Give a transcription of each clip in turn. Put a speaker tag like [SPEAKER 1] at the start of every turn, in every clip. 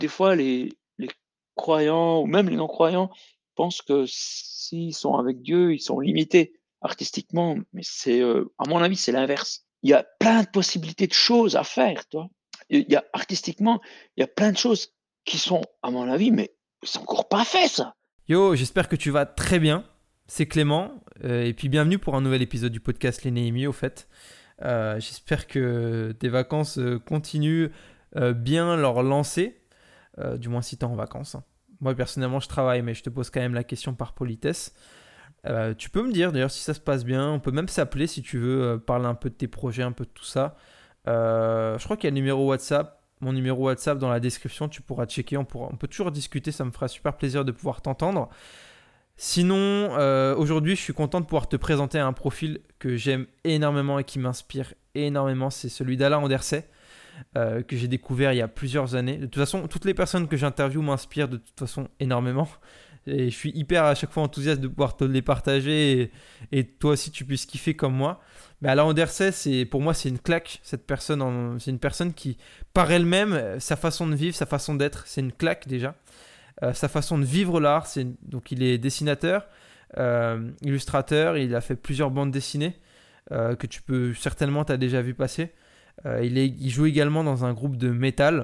[SPEAKER 1] des fois les croyants ou même les non-croyants pensent que s'ils sont avec Dieu, ils sont limités artistiquement, mais à mon avis, c'est l'inverse. Il y a plein de possibilités de choses à faire, tu vois? Il y a artistiquement, il y a plein de choses qui sont, à mon avis, mais c'est encore pas fait ça.
[SPEAKER 2] Yo, j'espère que tu vas très bien. C'est Clément. Et puis bienvenue pour un nouvel épisode du podcast Les Néhémies, au fait. J'espère que tes vacances continuent bien leur lancée. Du moins si tu es en vacances, hein. Moi personnellement je travaille, mais je te pose quand même la question par politesse. Tu peux me dire d'ailleurs si ça se passe bien. On peut même s'appeler si tu veux parler un peu de tes projets, un peu de tout ça. Je crois qu'il y a le numéro WhatsApp. Mon numéro WhatsApp dans la description, tu pourras checker. On peut toujours discuter, ça me fera super plaisir de pouvoir t'entendre. Sinon, aujourd'hui, je suis content de pouvoir te présenter un profil que j'aime énormément et qui m'inspire énormément. C'est celui d'Alain Anderset, que j'ai découvert il y a plusieurs années. De toute façon, toutes les personnes que j'interviewe m'inspirent de toute façon énormément. Et je suis hyper à chaque fois enthousiaste de pouvoir te les partager et toi aussi tu puisses kiffer comme moi. Mais Alain Anderset, pour moi, c'est une claque. C'est une personne qui, par elle-même, sa façon de vivre, sa façon d'être, c'est une claque déjà. Sa façon de vivre l'art, donc il est dessinateur, illustrateur, il a fait plusieurs bandes dessinées que tu peux certainement t'as déjà vu passer. Il joue également dans un groupe de métal.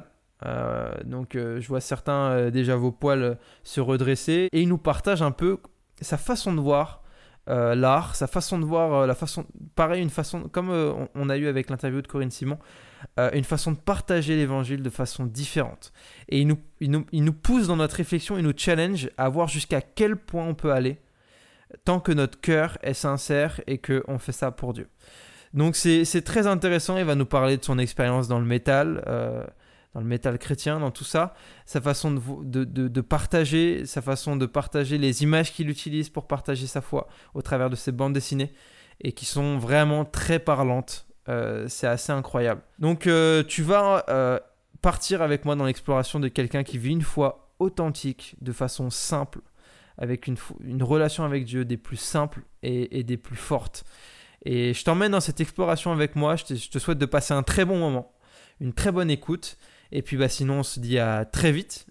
[SPEAKER 2] Je vois certains déjà vos poils se redresser et il nous partage un peu sa façon de voir l'art, sa façon de voir la façon, pareil, une façon comme on a eu avec l'interview de Corinne Simon, une façon de partager l'évangile de façon différente. Et il nous pousse dans notre réflexion, il nous challenge à voir jusqu'à quel point on peut aller tant que notre cœur est sincère et qu'on fait ça pour Dieu. Donc c'est très intéressant, il va nous parler de son expérience dans le métal chrétien, dans tout ça, sa façon de partager, sa façon de partager les images qu'il utilise pour partager sa foi au travers de ses bandes dessinées et qui sont vraiment très parlantes. C'est assez incroyable. Donc tu vas partir avec moi dans l'exploration de quelqu'un qui vit une foi authentique, de façon simple, avec une relation avec Dieu des plus simples et des plus fortes. Et je t'emmène dans cette exploration avec moi. Je te souhaite de passer un très bon moment, une très bonne écoute. Et puis sinon, on se dit à très vite.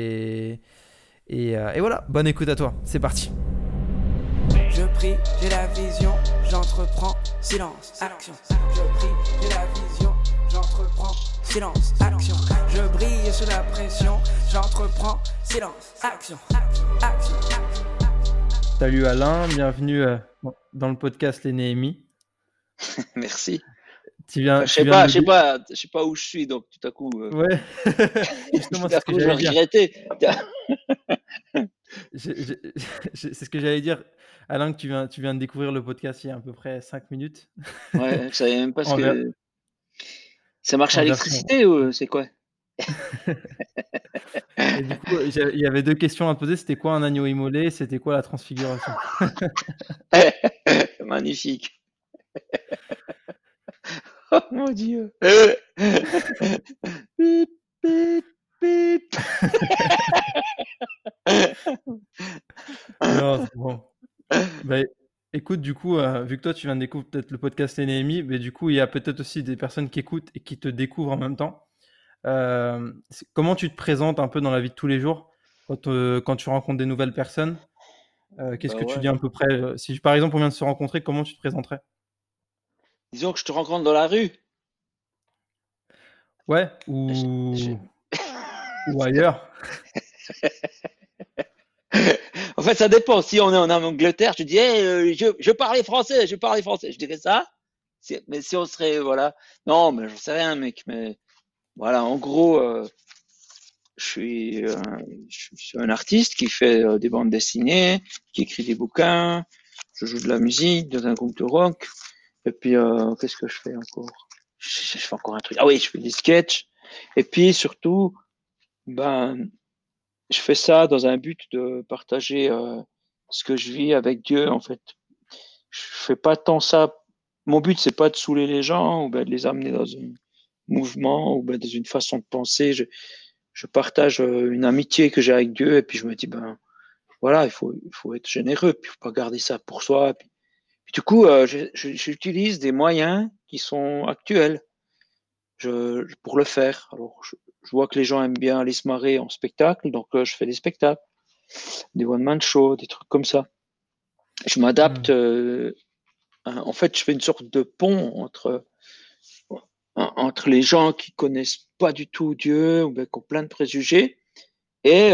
[SPEAKER 2] Et voilà, bonne écoute à toi. C'est parti.
[SPEAKER 3] Je prie, j'ai la vision, j'entreprends, silence, action. Je prie, j'ai la vision, j'entreprends, silence, action. Je brille sous la pression, j'entreprends, silence, action, action.
[SPEAKER 2] Salut Alain, bienvenue dans le podcast Les Néhémies.
[SPEAKER 1] Merci.
[SPEAKER 2] Tu
[SPEAKER 1] Enfin,
[SPEAKER 2] viens, tu viens de me
[SPEAKER 1] je sais pas où je suis, donc tout à coup,
[SPEAKER 2] Ouais, justement,
[SPEAKER 1] tout
[SPEAKER 2] c'est
[SPEAKER 1] à
[SPEAKER 2] ce que
[SPEAKER 1] coup, je
[SPEAKER 2] j'allais dire.
[SPEAKER 1] regrettais.
[SPEAKER 2] C'est ce que j'allais dire. Alain, que tu viens de découvrir le podcast il y a à peu près 5 minutes.
[SPEAKER 1] Ouais, je savais même pas ce
[SPEAKER 2] En, ver-
[SPEAKER 1] que ça marche à
[SPEAKER 2] en version.
[SPEAKER 1] l'électricité ou c'est quoi?
[SPEAKER 2] Et du coup, il y avait deux questions à te poser. C'était quoi un agneau immolé? C'était quoi la transfiguration?
[SPEAKER 1] Magnifique. Oh mon Dieu. Pip, pip, pip.
[SPEAKER 2] Non, c'est bon. Bah, écoute, du coup, vu que toi, tu viens de découvrir peut-être le podcast Enemy, mais du coup, il y a peut-être aussi des personnes qui écoutent et qui te découvrent en même temps. Comment tu te présentes un peu dans la vie de tous les jours quand tu rencontres des nouvelles personnes? Qu'est-ce
[SPEAKER 1] Bah
[SPEAKER 2] que tu
[SPEAKER 1] ouais.
[SPEAKER 2] dis à peu près? Si par exemple on vient de se rencontrer, comment tu te présenterais?
[SPEAKER 1] Disons que je te rencontre dans la rue.
[SPEAKER 2] Ouais,
[SPEAKER 1] Je- je-
[SPEAKER 2] ou ailleurs.
[SPEAKER 1] En fait, ça dépend. Si on est en Angleterre, je dis, hey, je parlais français, je parlais français. Je dirais ça. Mais si on serait, voilà. Non, mais j'en sais rien, mec. Mais voilà, en gros, je suis, euh, je suis un artiste qui fait des bandes dessinées, qui écrit des bouquins. Je joue de la musique dans un groupe de rock. Et puis, qu'est-ce que je fais encore? Je fais encore un truc. Ah oui, je fais des sketchs. Et puis, surtout, ben, je fais ça dans un but de partager ce que je vis avec Dieu, en fait. Je fais pas tant ça. Mon but, c'est pas de saouler les gens ou ben de les amener dans un mouvement ou ben dans une façon de penser. Je partage une amitié que j'ai avec Dieu et puis je me dis, ben voilà, il faut être généreux, puis il faut pas garder ça pour soi. Puis du coup, j'utilise des moyens qui sont actuels pour le faire. Alors, je vois que les gens aiment bien aller se marrer en spectacle, donc je fais des spectacles, des one-man shows, des trucs comme ça. Je m'adapte. En fait, je fais une sorte de pont entre les gens qui connaissent pas du tout Dieu ou bien qui ont plein de préjugés et,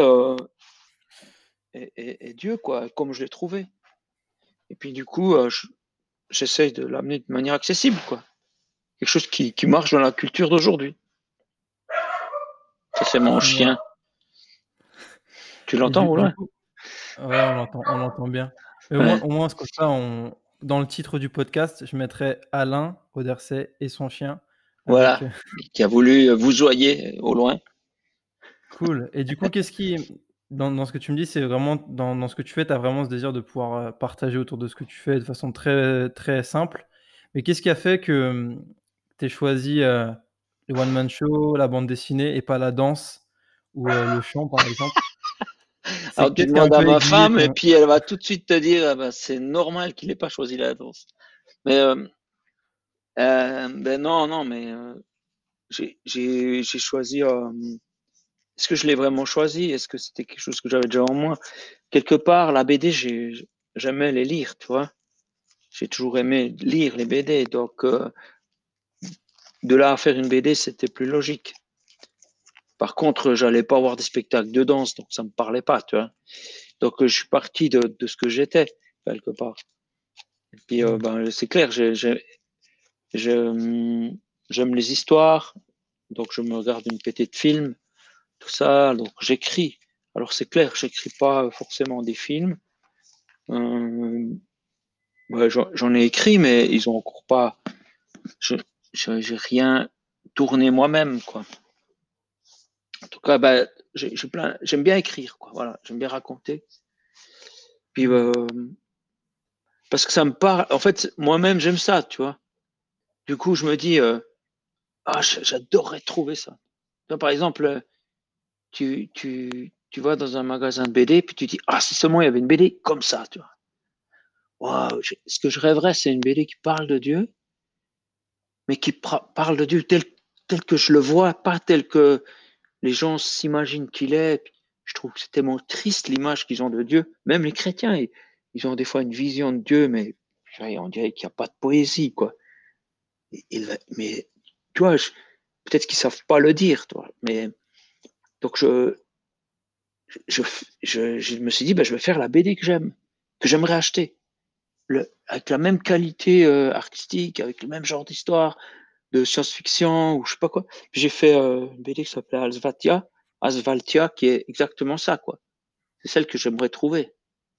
[SPEAKER 1] et Dieu, quoi, comme je l'ai trouvé. Et puis du coup, j'essaye de l'amener de manière accessible, quoi. Quelque chose qui marche dans la culture d'aujourd'hui. Ça, c'est mon
[SPEAKER 2] Génial.
[SPEAKER 1] chien. Tu
[SPEAKER 2] Et
[SPEAKER 1] l'entends,
[SPEAKER 2] du
[SPEAKER 1] Roland?
[SPEAKER 2] coup, ouais, on l'entend bien. Mais
[SPEAKER 1] Ouais.
[SPEAKER 2] au moins, comme ça, dans le titre du podcast, je mettrai Alain Auderset et son chien avec.
[SPEAKER 1] Voilà. Qui a voulu vous joyer au loin.
[SPEAKER 2] Cool. Et du coup, qu'est-ce qui, dans ce que tu me dis, c'est vraiment dans ce que tu fais, tu as vraiment ce désir de pouvoir partager autour de ce que tu fais de façon très, très simple. Mais qu'est-ce qui a fait que tu aies choisi le one-man show, la bande dessinée et pas la danse ou le chant, par exemple?
[SPEAKER 1] Alors, tu
[SPEAKER 2] Qu'est-ce qui a un
[SPEAKER 1] demandes à
[SPEAKER 2] peu
[SPEAKER 1] ma
[SPEAKER 2] aiguillé
[SPEAKER 1] femme et
[SPEAKER 2] ton.
[SPEAKER 1] puis elle va tout de suite te dire, ah ben, c'est normal qu'il n'ait pas choisi la danse. Mais ben non, non, mais j'ai choisi. Est-ce que je l'ai vraiment choisi? Est-ce que c'était quelque chose que j'avais déjà en moi? Quelque part, la BD, j'aimais les lire, tu vois. J'ai toujours aimé lire les BD, donc de là à faire une BD, c'était plus logique. Par contre, j'allais pas voir des spectacles de danse, donc ça me parlait pas, tu vois. Donc je suis parti de ce que j'étais quelque part. Et puis ben, c'est clair, j'aime les histoires, donc je me regarde une petite film, tout ça, donc j'écris. Alors c'est clair, j'écris pas forcément des films. Euh, ouais, j'en ai écrit, mais ils ont encore pas. Je, j'ai rien tourné moi-même, quoi. En tout cas, bah, j'aime bien écrire, quoi. Voilà, j'aime bien raconter. Puis parce que ça me parle. En fait, moi-même, j'aime ça, tu vois. Du coup, je me dis, ah, j'adorerais trouver ça. Par exemple, tu vas dans un magasin de BD, puis tu dis, ah, si seulement il y avait une BD comme ça, tu vois. Waouh, ce que je rêverais, c'est une BD qui parle de Dieu, mais qui parle de Dieu tel que je le vois, pas tel que les gens s'imaginent qu'il est. Je trouve que c'est tellement triste l'image qu'ils ont de Dieu. Même les chrétiens, ils ont des fois une vision de Dieu, mais on dirait qu'il n'y a pas de poésie, quoi. Mais tu vois, peut-être qu'ils savent pas le dire, toi. Mais donc je, je me suis dit, ben, je vais faire la BD que j'aime, que j'aimerais acheter, avec la même qualité artistique, avec le même genre d'histoire, de science-fiction ou je sais pas quoi. Puis j'ai fait une BD qui s'appelait Asvaltia, qui est exactement ça, quoi. C'est celle que j'aimerais trouver.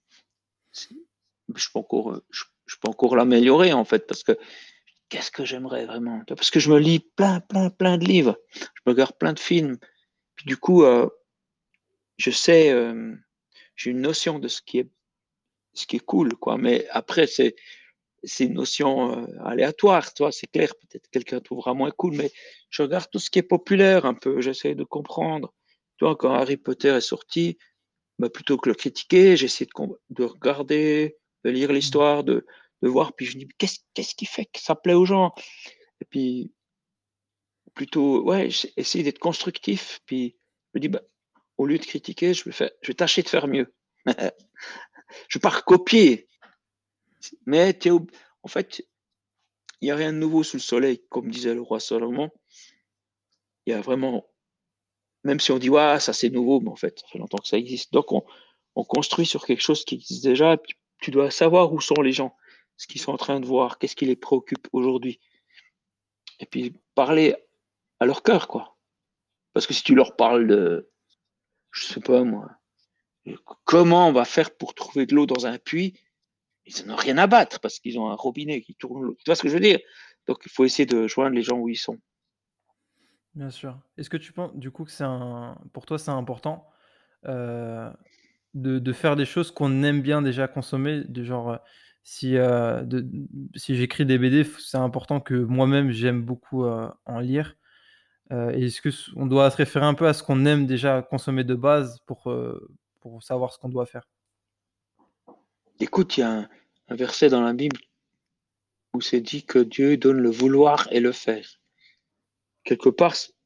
[SPEAKER 1] Je peux encore l'améliorer, en fait, parce que qu'est-ce que j'aimerais vraiment? Parce que je me lis plein de livres. Je me regarde plein de films. Puis du coup, je sais, j'ai une notion de ce qui est cool, quoi. Mais après, c'est une notion aléatoire, tu vois, c'est clair. Peut-être quelqu'un trouvera moins cool, mais je regarde tout ce qui est populaire un peu. J'essaie de comprendre. Tu vois, quand Harry Potter est sorti, bah, plutôt que le critiquer, j'essaie de regarder, de lire l'histoire, de voir. Puis je me dis, qu'est-ce qui fait que ça plaît aux gens? Et puis, plutôt, ouais, essayer d'être constructif. Puis je me dis, bah, au lieu de critiquer, je vais tâcher de faire mieux. Je vais pas recopier, mais en fait, il n'y a rien de nouveau sous le soleil, comme disait le roi Salomon. Il y a vraiment, même si on dit, ouais, ça c'est nouveau, mais en fait, ça fait longtemps que ça existe. Donc, on construit sur quelque chose qui existe déjà. Et puis, tu dois savoir où sont les gens, ce qu'ils sont en train de voir, qu'est-ce qui les préoccupe aujourd'hui. Et puis, parler à leur cœur, quoi. Parce que si tu leur parles de, je sais pas moi, comment on va faire pour trouver de l'eau dans un puits, ils n'ont rien à battre parce qu'ils ont un robinet qui tourne l'eau. Tu vois ce que je veux dire? Donc, il faut essayer de joindre les gens où ils sont.
[SPEAKER 2] Bien sûr. Est-ce que tu penses, du coup, que pour toi, c'est important euh, de faire des choses qu'on aime bien déjà consommer, de genre, si, si j'écris des BD, c'est important que moi-même j'aime beaucoup en lire. Et est-ce que on doit se référer un peu à ce qu'on aime déjà consommer de base pour savoir ce qu'on doit faire?
[SPEAKER 1] Écoute, il y a un verset dans la Bible où c'est dit que Dieu donne le vouloir et le faire. Quelque part,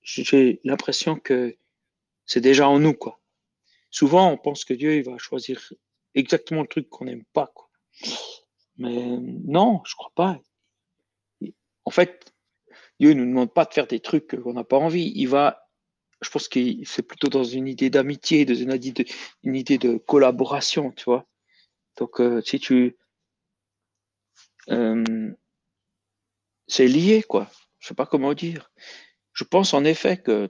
[SPEAKER 1] j'ai l'impression que c'est déjà en nous, quoi. Souvent, on pense que Dieu, il va choisir exactement le truc qu'on n'aime pas, quoi. Mais non, je crois pas. En fait, Dieu ne nous demande pas de faire des trucs qu'on n'a pas envie. Je pense qu'il c'est plutôt dans une idée d'amitié, dans une idée de collaboration, tu vois. Donc, c'est lié, quoi. Je sais pas comment dire. Je pense en effet que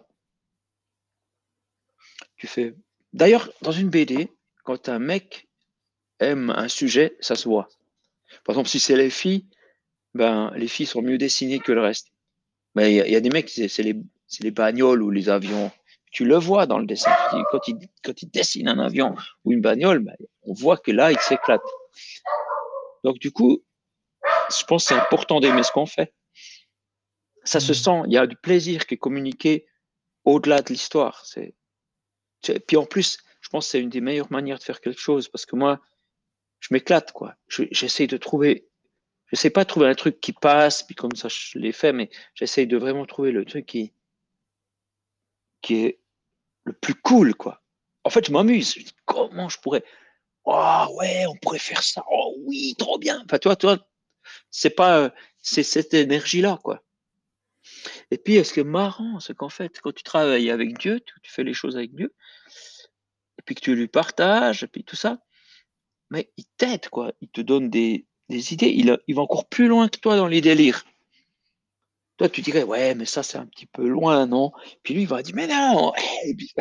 [SPEAKER 1] tu fais. D'ailleurs, dans une BD, quand un mec aime un sujet, ça se voit. Par exemple, si c'est les filles, ben les filles sont mieux dessinées que le reste. Mais il y a des mecs, c'est les bagnoles ou les avions. Tu le vois dans le dessin. Quand il dessine un avion ou une bagnole, ben, on voit que là, il s'éclate. Donc du coup, je pense que c'est important d'aimer ce qu'on fait. Ça se sent, il y a du plaisir qui est communiqué au-delà de l'histoire. Puis en plus, je pense que c'est une des meilleures manières de faire quelque chose parce que moi, je m'éclate, quoi. J'essaie de trouver, je sais pas trouver un truc qui passe, puis comme ça je l'ai fait, mais j'essaie de vraiment trouver le truc qui est le plus cool, quoi. En fait, je m'amuse. Je dis, comment je pourrais, oh ouais, on pourrait faire ça. Oh oui, trop bien. Enfin, toi, c'est pas, c'est cette énergie-là, quoi. Et puis, ce qui est marrant, c'est qu'en fait, quand tu travailles avec Dieu, tu fais les choses avec Dieu, et puis que tu lui partages, et puis tout ça, mais il t'aide, quoi. Il te donne des idées. Il va encore plus loin que toi dans les délires. Toi, tu dirais, ouais, mais ça, c'est un petit peu loin, non? Puis lui, il va dire, mais non! Et puis,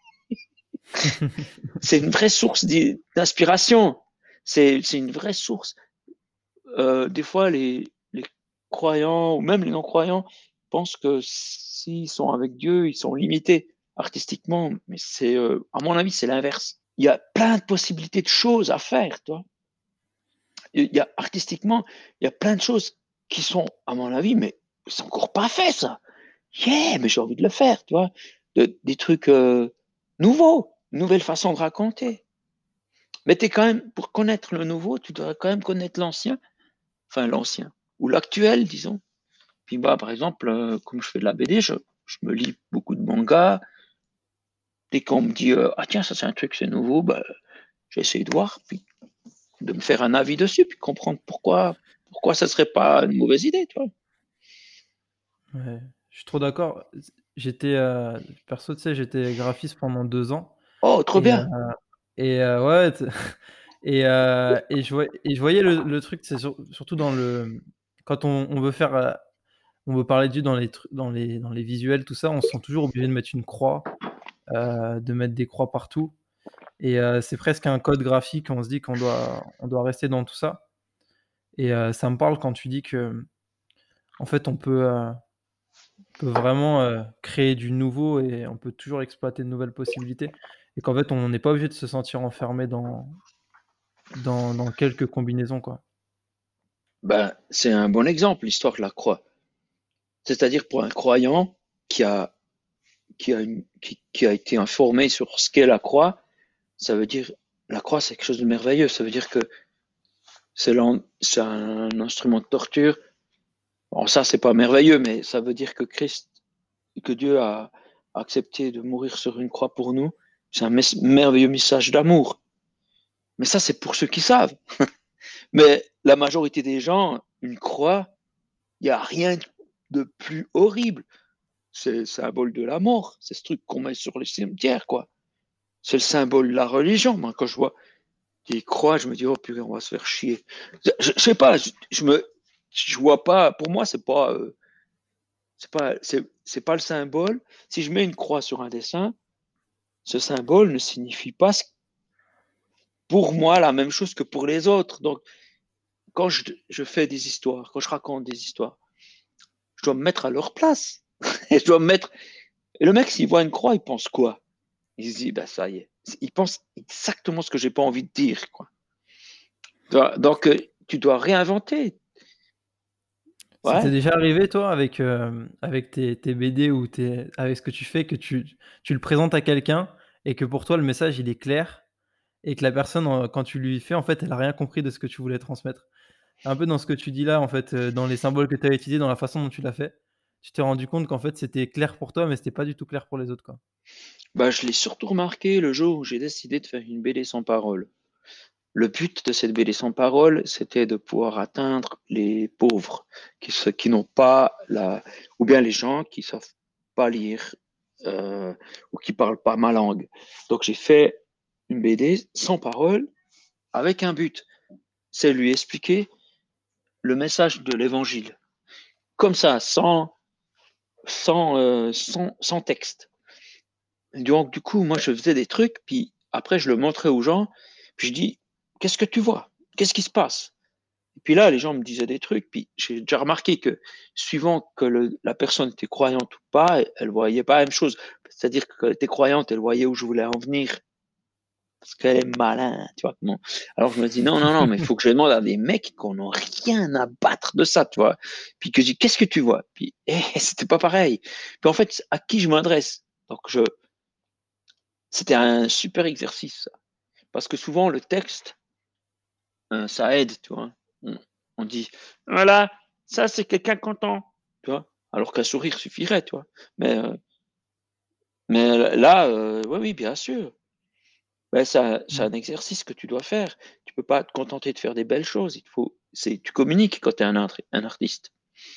[SPEAKER 1] c'est une vraie source d'inspiration. C'est une vraie source. Des fois, les croyants, ou même les non-croyants, pensent que s'ils sont avec Dieu, ils sont limités artistiquement. Mais à mon avis, c'est l'inverse. Il y a plein de possibilités de choses à faire, toi. Artistiquement, il y a plein de choses qui sont, à mon avis, mais c'est encore pas fait, ça. Yeah, mais j'ai envie de le faire, tu vois. Des trucs nouveaux, nouvelles façons de raconter. Mais quand même, pour connaître le nouveau, tu dois quand même connaître l'ancien, ou l'actuel, disons. Puis bah, par exemple, comme je fais de la BD, je me lis beaucoup de mangas. Dès qu'on me dit, ah tiens, ça c'est un truc, c'est nouveau, bah, j'essaie de voir, puis de me faire un avis dessus, puis comprendre pourquoi ça serait pas une mauvaise idée, tu vois.
[SPEAKER 2] Ouais, je suis trop d'accord. J'étais perso, tu sais, j'étais graphiste pendant 2 ans
[SPEAKER 1] Oh, trop
[SPEAKER 2] et
[SPEAKER 1] bien.
[SPEAKER 2] ouais, et je voyais le truc, c'est surtout dans le quand on veut faire, on veut parler de Dieu dans les visuels, tout ça, on se sent toujours obligé de mettre une croix, de mettre des croix partout et c'est presque un code graphique. On se dit on doit rester dans tout ça et ça me parle quand tu dis que en fait, on peut vraiment créer du nouveau et on peut toujours exploiter de nouvelles possibilités et qu'en fait, on n'est pas obligé de se sentir enfermé dans quelques combinaisons, quoi.
[SPEAKER 1] Ben, c'est un bon exemple, l'histoire de la croix. C'est-à-dire pour un croyant qui a, qui a été informé sur ce qu'est la croix, ça veut dire, la croix, c'est quelque chose de merveilleux. Ça veut dire que c'est un instrument de torture. Bon, ça, c'est pas merveilleux, mais ça veut dire que Dieu a accepté de mourir sur une croix pour nous. C'est un merveilleux message d'amour. Mais ça, c'est pour ceux qui savent. Mais la majorité des gens, une croix, il n'y a rien de plus horrible. C'est le symbole de la mort. C'est ce truc qu'on met sur les cimetières, quoi. C'est le symbole de la religion. Moi, quand je vois des croix, je me dis, oh purée, on va se faire chier. Je sais pas, je vois pas, pour moi, c'est pas le symbole. Si je mets une croix sur un dessin, ce symbole ne signifie pas pour moi la même chose que pour les autres. Donc, quand je fais des histoires, quand je raconte des histoires, je dois me mettre à leur place. Et je dois me mettre. Et le mec, s'il voit une croix, il pense quoi? Il se dit, bah ça y est. Il pense exactement ce que j'ai pas envie de dire, quoi. Donc, tu dois réinventer.
[SPEAKER 2] Ça t'est
[SPEAKER 1] Ouais.
[SPEAKER 2] déjà arrivé, toi, avec tes BD ou avec ce que tu fais, que tu le présentes à quelqu'un et que pour toi, le message, il est clair et que la personne, quand tu lui fais, en fait, elle a rien compris de ce que tu voulais transmettre? Un peu dans ce que tu dis là, en fait, dans les symboles que tu as utilisés, dans la façon dont tu l'as fait. tu t'es rendu compte qu'en fait c'était clair pour toi, mais c'était pas du tout clair pour les autres, quoi.
[SPEAKER 1] Bah, je l'ai surtout remarqué le jour où j'ai décidé de faire une BD sans parole. Le but de cette BD sans parole, c'était de pouvoir atteindre les pauvres, qui n'ont pas ou bien les gens qui savent pas lire, ou qui parlent pas ma langue. Donc j'ai fait une BD sans parole avec un but, c'est lui expliquer le message de l'évangile, comme ça, sans texte. Donc du coup, moi je faisais des trucs, puis après je le montrais aux gens, puis je dis, qu'est-ce que tu vois? Qu'est-ce qui se passe? Et puis là, les gens me disaient des trucs, puis j'ai déjà remarqué que suivant que la personne était croyante ou pas, elle voyait pas la même chose. C'est-à-dire qu'elle était croyante, elle voyait où je voulais en venir, parce qu'elle est malin, tu vois. Comment. Alors je me dis, non, non, non, mais il faut que je demande à des mecs qu'on n'a rien à battre de ça, tu vois. Puis que je dis, qu'est-ce que tu vois? Puis c'était pas pareil. Puis en fait, à qui je m'adresse? Donc c'était un super exercice, ça. Parce que souvent, le texte, ça aide, tu vois. On dit, voilà, ça c'est quelqu'un content, tu vois. Alors qu'un sourire suffirait, tu vois. Mais, euh, mais là, oui, oui, bien sûr. Ben, c'est un exercice que tu dois faire. Tu peux pas te contenter de faire des belles choses. Tu communiques quand tu es un artiste.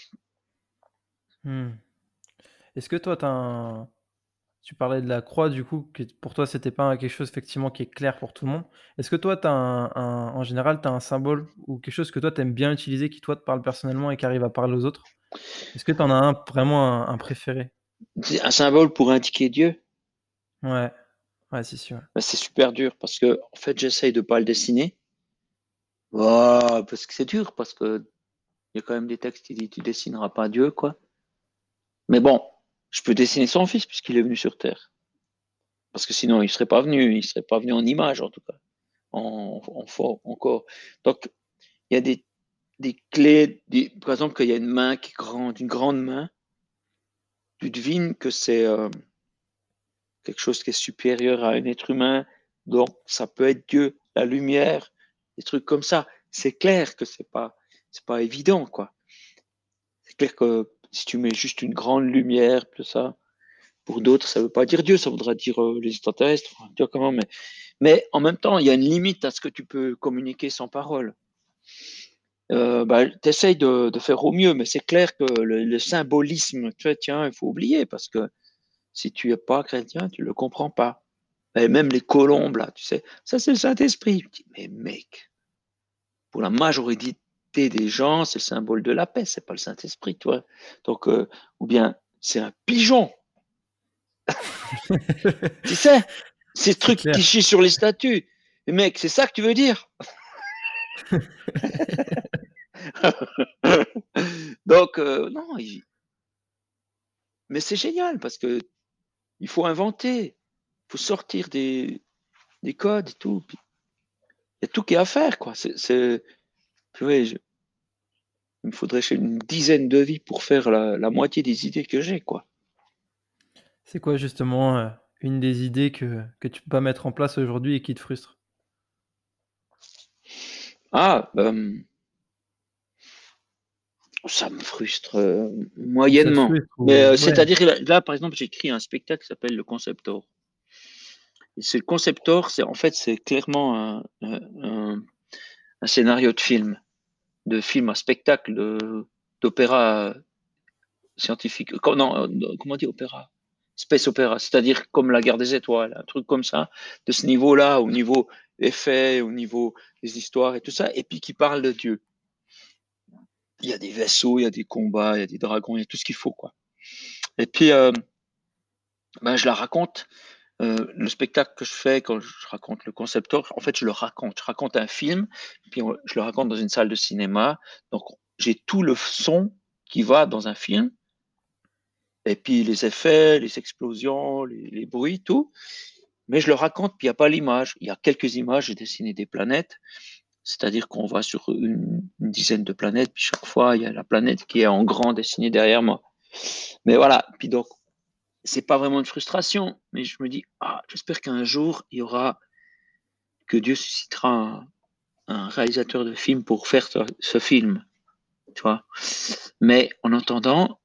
[SPEAKER 2] Hmm. Est-ce que toi, tu parlais de la croix, du coup, que pour toi, c'était pas quelque chose effectivement qui est clair pour tout le monde. Est-ce que toi, en général, tu as un symbole ou quelque chose que toi, tu aimes bien utiliser, qui toi te parle personnellement et qui arrive à parler aux autres? Est-ce que tu en as vraiment un préféré?
[SPEAKER 1] C'est un symbole pour indiquer Dieu.
[SPEAKER 2] Ouais, ouais, si, si, ouais.
[SPEAKER 1] Ben, c'est super dur parce que, en fait, j'essaye de pas le dessiner. Oh, parce que c'est dur, parce que il y a quand même des textes qui disent tu dessineras pas Dieu, quoi. Mais bon, je peux dessiner son fils puisqu'il est venu sur Terre. Parce que sinon, il serait pas venu en image, en tout cas, en fort encore. Donc, il y a des clés, par exemple, qu'il y a une main qui est grande, une grande main, tu devines que c'est quelque chose qui est supérieur à un être humain. Donc, ça peut être Dieu, la lumière, des trucs comme ça. C'est clair que c'est pas évident, quoi. C'est clair que si tu mets juste une grande lumière, tout ça, pour d'autres, ça veut pas dire Dieu, ça voudra dire les extraterrestres, tu vois comment, mais en même temps, il y a une limite à ce que tu peux communiquer sans parole. Bah, tu essayes de faire au mieux, mais c'est clair que le symbolisme chrétien, il faut oublier, parce que si tu n'es pas chrétien, tu ne le comprends pas. Et même les colombes, là, tu sais, ça c'est le Saint-Esprit. Je dis, mais mec, pour la majorité des gens, c'est le symbole de la paix, c'est pas le Saint-Esprit, tu vois. Donc, ou bien c'est un pigeon, tu sais, ces
[SPEAKER 2] C'est
[SPEAKER 1] trucs qui
[SPEAKER 2] clair.
[SPEAKER 1] chient sur les statues. Mais mec, c'est ça que tu veux dire? Donc, non, mais c'est génial parce que il faut inventer, il faut sortir des codes et tout. Puis, il y a tout qui est à faire, quoi. Ouais, il me faudrait une dizaine de vies pour faire la moitié des idées que j'ai, quoi.
[SPEAKER 2] C'est quoi justement une des idées que tu peux pas mettre en place aujourd'hui et qui te frustre?
[SPEAKER 1] Ah, ça me frustre
[SPEAKER 2] Ou ça te
[SPEAKER 1] moyennement.
[SPEAKER 2] frustre
[SPEAKER 1] Mais
[SPEAKER 2] ou ouais.
[SPEAKER 1] c'est-à-dire, là, par exemple, j'ai écrit un spectacle qui s'appelle Le Conceptor. Et ce Conceptor, c'est clairement un scénario de film à spectacle, d'opéra scientifique. Non, comment on dit opéra? Space opéra, c'est-à-dire comme la guerre des étoiles, un truc comme ça, de ce niveau-là, au niveau effets, au niveau des histoires et tout ça, et puis qui parle de Dieu. Il y a des vaisseaux, il y a des combats, il y a des dragons, il y a tout ce qu'il faut, quoi. Et puis, ben, je la raconte. Le spectacle que je fais quand je raconte le concepteur, en fait, je le raconte. Je raconte un film, puis je le raconte dans une salle de cinéma. Donc, j'ai tout le son qui va dans un film, et puis les effets, les explosions, les bruits, tout. Mais je le raconte, puis il n'y a pas l'image. Il y a quelques images, j'ai dessiné des planètes, c'est-à-dire qu'on va sur une dizaine de planètes, puis chaque fois, il y a la planète qui est en grand dessinée derrière moi. Mais voilà, puis donc, c'est pas vraiment une frustration, mais je me dis, ah, j'espère qu'un jour, il y aura, que Dieu suscitera un réalisateur de film pour faire ce film, tu vois. Mais en attendant,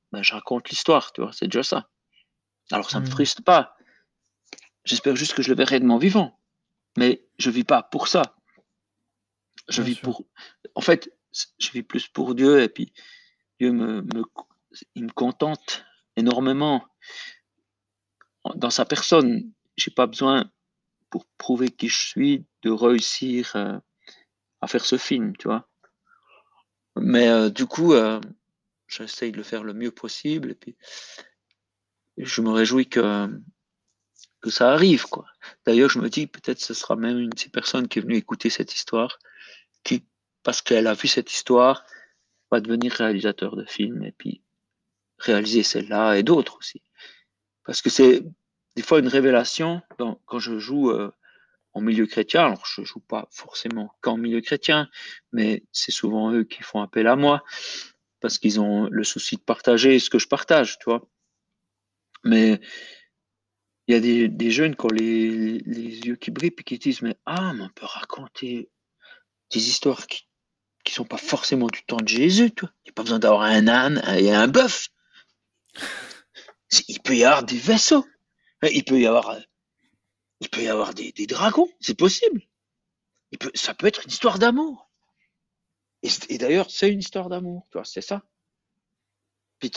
[SPEAKER 1] ben, je raconte l'histoire, tu vois, c'est déjà ça. Alors ça me
[SPEAKER 2] Hmm.
[SPEAKER 1] frustre pas. J'espère juste que je le verrai de mon vivant. Mais je vis pas pour ça. Je
[SPEAKER 2] Bien
[SPEAKER 1] vis
[SPEAKER 2] sûr.
[SPEAKER 1] pour. En fait, je vis plus pour Dieu et puis Dieu il me contente énormément dans sa personne. J'ai pas besoin pour prouver qui je suis de réussir à faire ce film, tu vois. Mais du coup, j'essaye de le faire le mieux possible et puis je me réjouis que ça arrive, quoi. D'ailleurs, je me dis peut-être ce sera même une de ces personnes qui est venue écouter cette histoire, qui, parce qu'elle a vu cette histoire, va devenir réalisateur de films et puis réaliser celle-là et d'autres aussi. Parce que c'est des fois une révélation quand je joue en milieu chrétien. Alors, je joue pas forcément qu'en milieu chrétien, mais c'est souvent eux qui font appel à moi parce qu'ils ont le souci de partager ce que je partage, tu vois. Mais il y a des jeunes qui ont les yeux qui brillent et qui disent, mais on peut raconter des histoires qui sont pas forcément du temps de Jésus, tu vois. Il n'y a pas besoin d'avoir un âne et un bœuf. Il peut y avoir des vaisseaux. Il peut y avoir, des dragons. C'est possible. Ça peut être une histoire d'amour. Et d'ailleurs, c'est une histoire d'amour, tu vois, c'est ça. Puis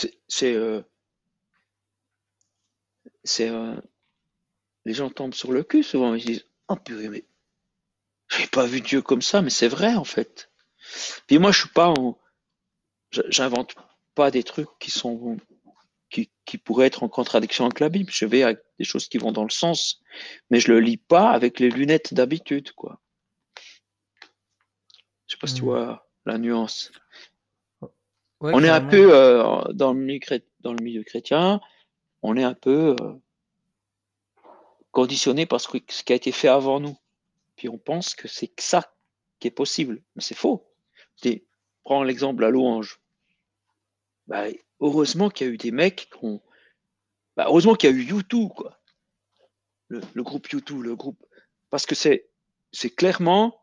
[SPEAKER 1] les gens tombent sur le cul souvent. Ils disent, oh purée, mais j'ai pas vu Dieu comme ça, mais c'est vrai en fait. Puis moi, je suis pas j'invente pas des trucs qui pourraient être en contradiction avec la Bible. Je vais avec des choses qui vont dans le sens, mais je le lis pas avec les lunettes d'habitude, quoi. Je sais pas si tu
[SPEAKER 2] Hmm.
[SPEAKER 1] vois la nuance.
[SPEAKER 2] Ouais,
[SPEAKER 1] On est un
[SPEAKER 2] carrément.
[SPEAKER 1] peu dans le milieu chrétien, on est un peu conditionné par ce qui a été fait avant nous. Puis on pense que c'est que ça qui est possible, mais c'est faux. Prends l'exemple de la louange. Bah, heureusement qu'il y a eu des mecs qui ont. Bah, heureusement qu'il y a eu U2, quoi. Le groupe U2, le groupe. Parce que c'est clairement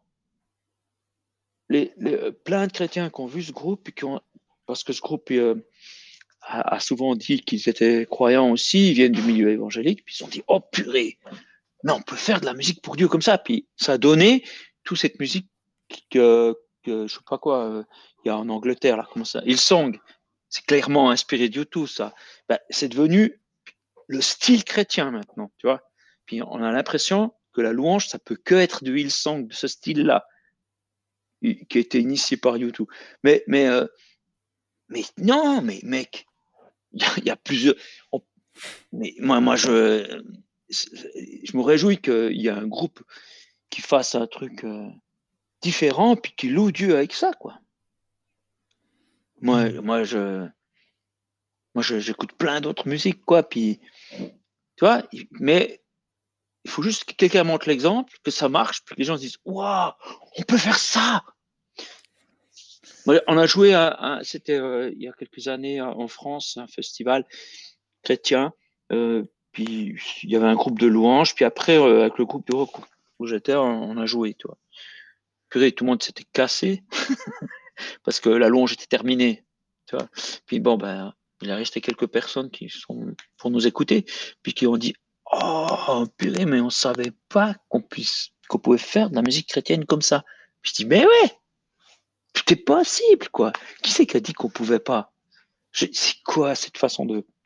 [SPEAKER 1] plein de chrétiens qui ont vu ce groupe, et parce que ce groupe a souvent dit qu'ils étaient croyants aussi, ils viennent du milieu évangélique, puis ils se sont dit, oh purée, mais on peut faire de la musique pour Dieu comme ça. Puis ça a donné toute cette musique que je sais pas quoi, il y a en Angleterre, là, comment ça, Hillsong. C'est clairement inspiré de YouTube, ça. Ben, c'est devenu le style chrétien maintenant, tu vois. Puis on a l'impression que la louange, ça peut que être du Hillsong, de ce style-là, qui a été initié par YouTube. Mais non, mais mec, il y a plusieurs. Mais moi, je me réjouis qu'il y ait un groupe qui fasse un truc différent, puis qui loue Dieu avec ça, quoi. Moi,
[SPEAKER 2] Hmm.
[SPEAKER 1] moi, j'écoute plein d'autres musiques, quoi. Puis, tu vois, mais il faut juste que quelqu'un montre l'exemple, que ça marche, puis que les gens se disent, waouh, on peut faire ça. On a joué c'était il y a quelques années en France, un festival chrétien. Puis il y avait un groupe de louanges, puis après avec le groupe de rock où j'étais, on a joué, tu vois. Purée, tout le monde s'était cassé parce que la louange était terminée, tu vois. Puis bon, ben, il est resté quelques personnes qui sont pour nous écouter, puis qui ont dit, oh purée, mais on savait pas qu'on pouvait faire de la musique chrétienne comme ça. Puis je dis, mais ouais, tout est possible, quoi. Qui c'est qui a dit qu'on pouvait pas? C'est quoi cette façon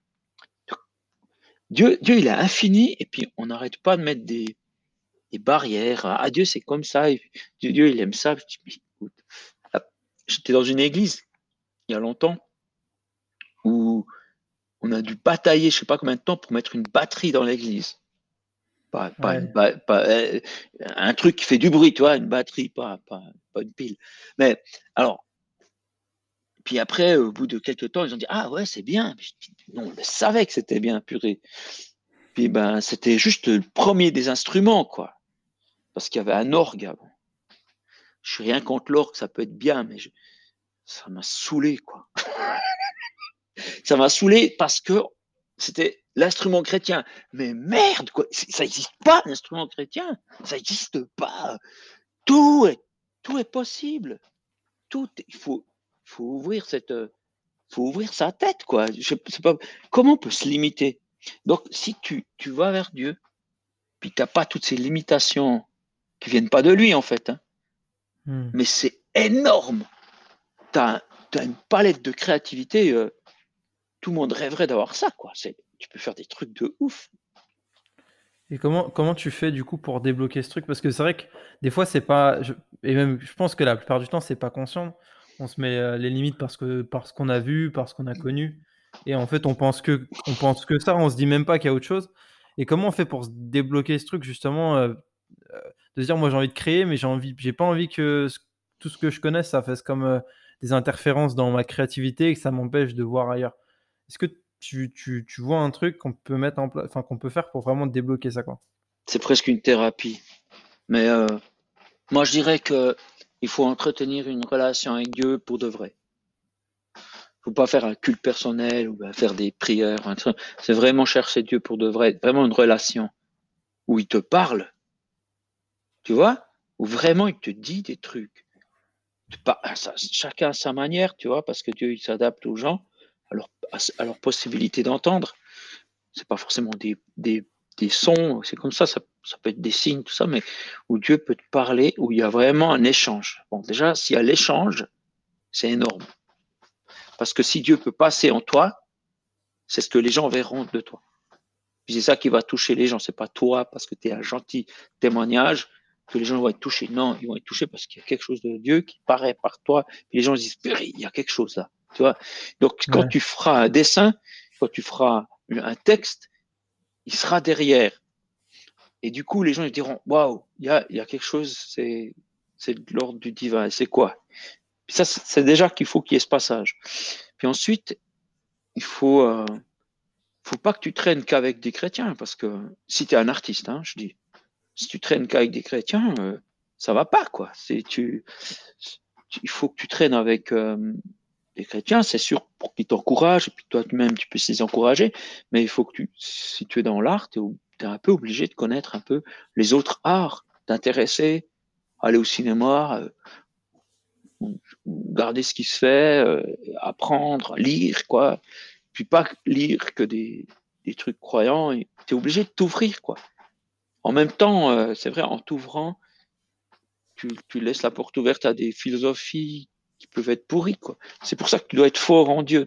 [SPEAKER 1] Dieu, il est infini, et puis on n'arrête pas de mettre des barrières. Ah, Dieu, c'est comme ça. Dieu, il aime ça. J'étais dans une église il y a longtemps où on a dû batailler, je sais pas combien de temps, pour mettre une batterie dans l'église.
[SPEAKER 2] Ouais.
[SPEAKER 1] Un truc qui fait du bruit, tu vois, une batterie, pas une pile. Mais alors, puis après, au bout de quelques temps, ils ont dit, ah ouais, c'est bien. Je dis, non, on savait que c'était bien, purée. Puis ben, c'était juste le premier des instruments, quoi. Parce qu'il y avait un orgue avant. Je suis rien contre l'orgue, ça peut être bien, mais ça m'a saoulé, quoi. Ça m'a saoulé parce que c'était l'instrument chrétien. Mais merde, quoi, ça n'existe pas, l'instrument chrétien. Ça n'existe pas. Tout est, tout est possible. Il faut ouvrir faut ouvrir sa tête, quoi. Je sais pas, comment on peut se limiter? Donc, si tu vas vers Dieu, puis t'as pas toutes ces limitations qui viennent pas de lui, en fait, hein, mais c'est énorme. T'as une palette de créativité, tout le monde rêverait d'avoir ça, quoi. Tu peux faire des trucs de ouf.
[SPEAKER 2] Et comment tu fais du coup pour débloquer ce truc? Parce que c'est vrai que des fois, c'est pas. Et même, je pense que la plupart du temps, c'est pas conscient. On se met les limites parce qu'on a vu, parce qu'on a connu. Et en fait, on pense que ça, on se dit même pas qu'il y a autre chose. Et comment on fait pour se débloquer ce truc, justement, de se dire, moi, j'ai envie de créer, mais j'ai pas envie que tout ce que je connais, ça fasse comme des interférences dans ma créativité et que ça m'empêche de voir ailleurs. Est-ce que tu vois un truc qu'on peut mettre en place, enfin, qu'on peut faire pour vraiment débloquer ça, quoi?
[SPEAKER 1] C'est presque une thérapie. Mais moi, je dirais que il faut entretenir une relation avec Dieu pour de vrai. Faut pas faire un culte personnel ou faire des prières. Un truc. C'est vraiment chercher Dieu pour de vrai, vraiment une relation où il te parle, tu vois, où vraiment il te dit des trucs. Chacun à sa manière, tu vois, parce que Dieu il s'adapte aux gens, à leur possibilité d'entendre. C'est pas forcément des sons, c'est comme ça peut être des signes, tout ça, mais où Dieu peut te parler, où il y a vraiment un échange. Bon, déjà, s'il y a l'échange, c'est énorme. Parce que si Dieu peut passer en toi, c'est ce que les gens verront de toi. Puis c'est ça qui va toucher les gens. C'est pas toi parce que tu es un gentil témoignage que les gens vont être touchés. Non, ils vont être touchés parce qu'il y a quelque chose de Dieu qui paraît par toi. Puis les gens disent, il y a quelque chose là. Tu vois. Donc, quand tu feras un dessin, quand tu feras un texte, il sera derrière. Et du coup, les gens ils diront, waouh, il y a quelque chose, c'est de l'ordre du divin. C'est quoi? Puis ça, c'est déjà qu'il faut qu'il y ait ce passage. Puis ensuite, il faut pas que tu traînes qu'avec des chrétiens, parce que si tu es un artiste, hein, je dis, si tu traînes qu'avec des chrétiens, ça va pas, quoi. Il faut que tu traînes avec des chrétiens, c'est sûr, pour qu'ils t'encouragent, et puis toi-même, tu puisses les encourager, mais il faut que si tu es dans l'art, tu es un peu obligé de connaître un peu les autres arts, t'intéresser, aller au cinéma, regarder ce qui se fait, apprendre, lire, quoi. Puis pas lire que des trucs croyants, tu es obligé de t'ouvrir, quoi. En même temps, c'est vrai, en t'ouvrant, tu laisses la porte ouverte à des philosophies qui peuvent être pourries, quoi. C'est pour ça que tu dois être fort en Dieu.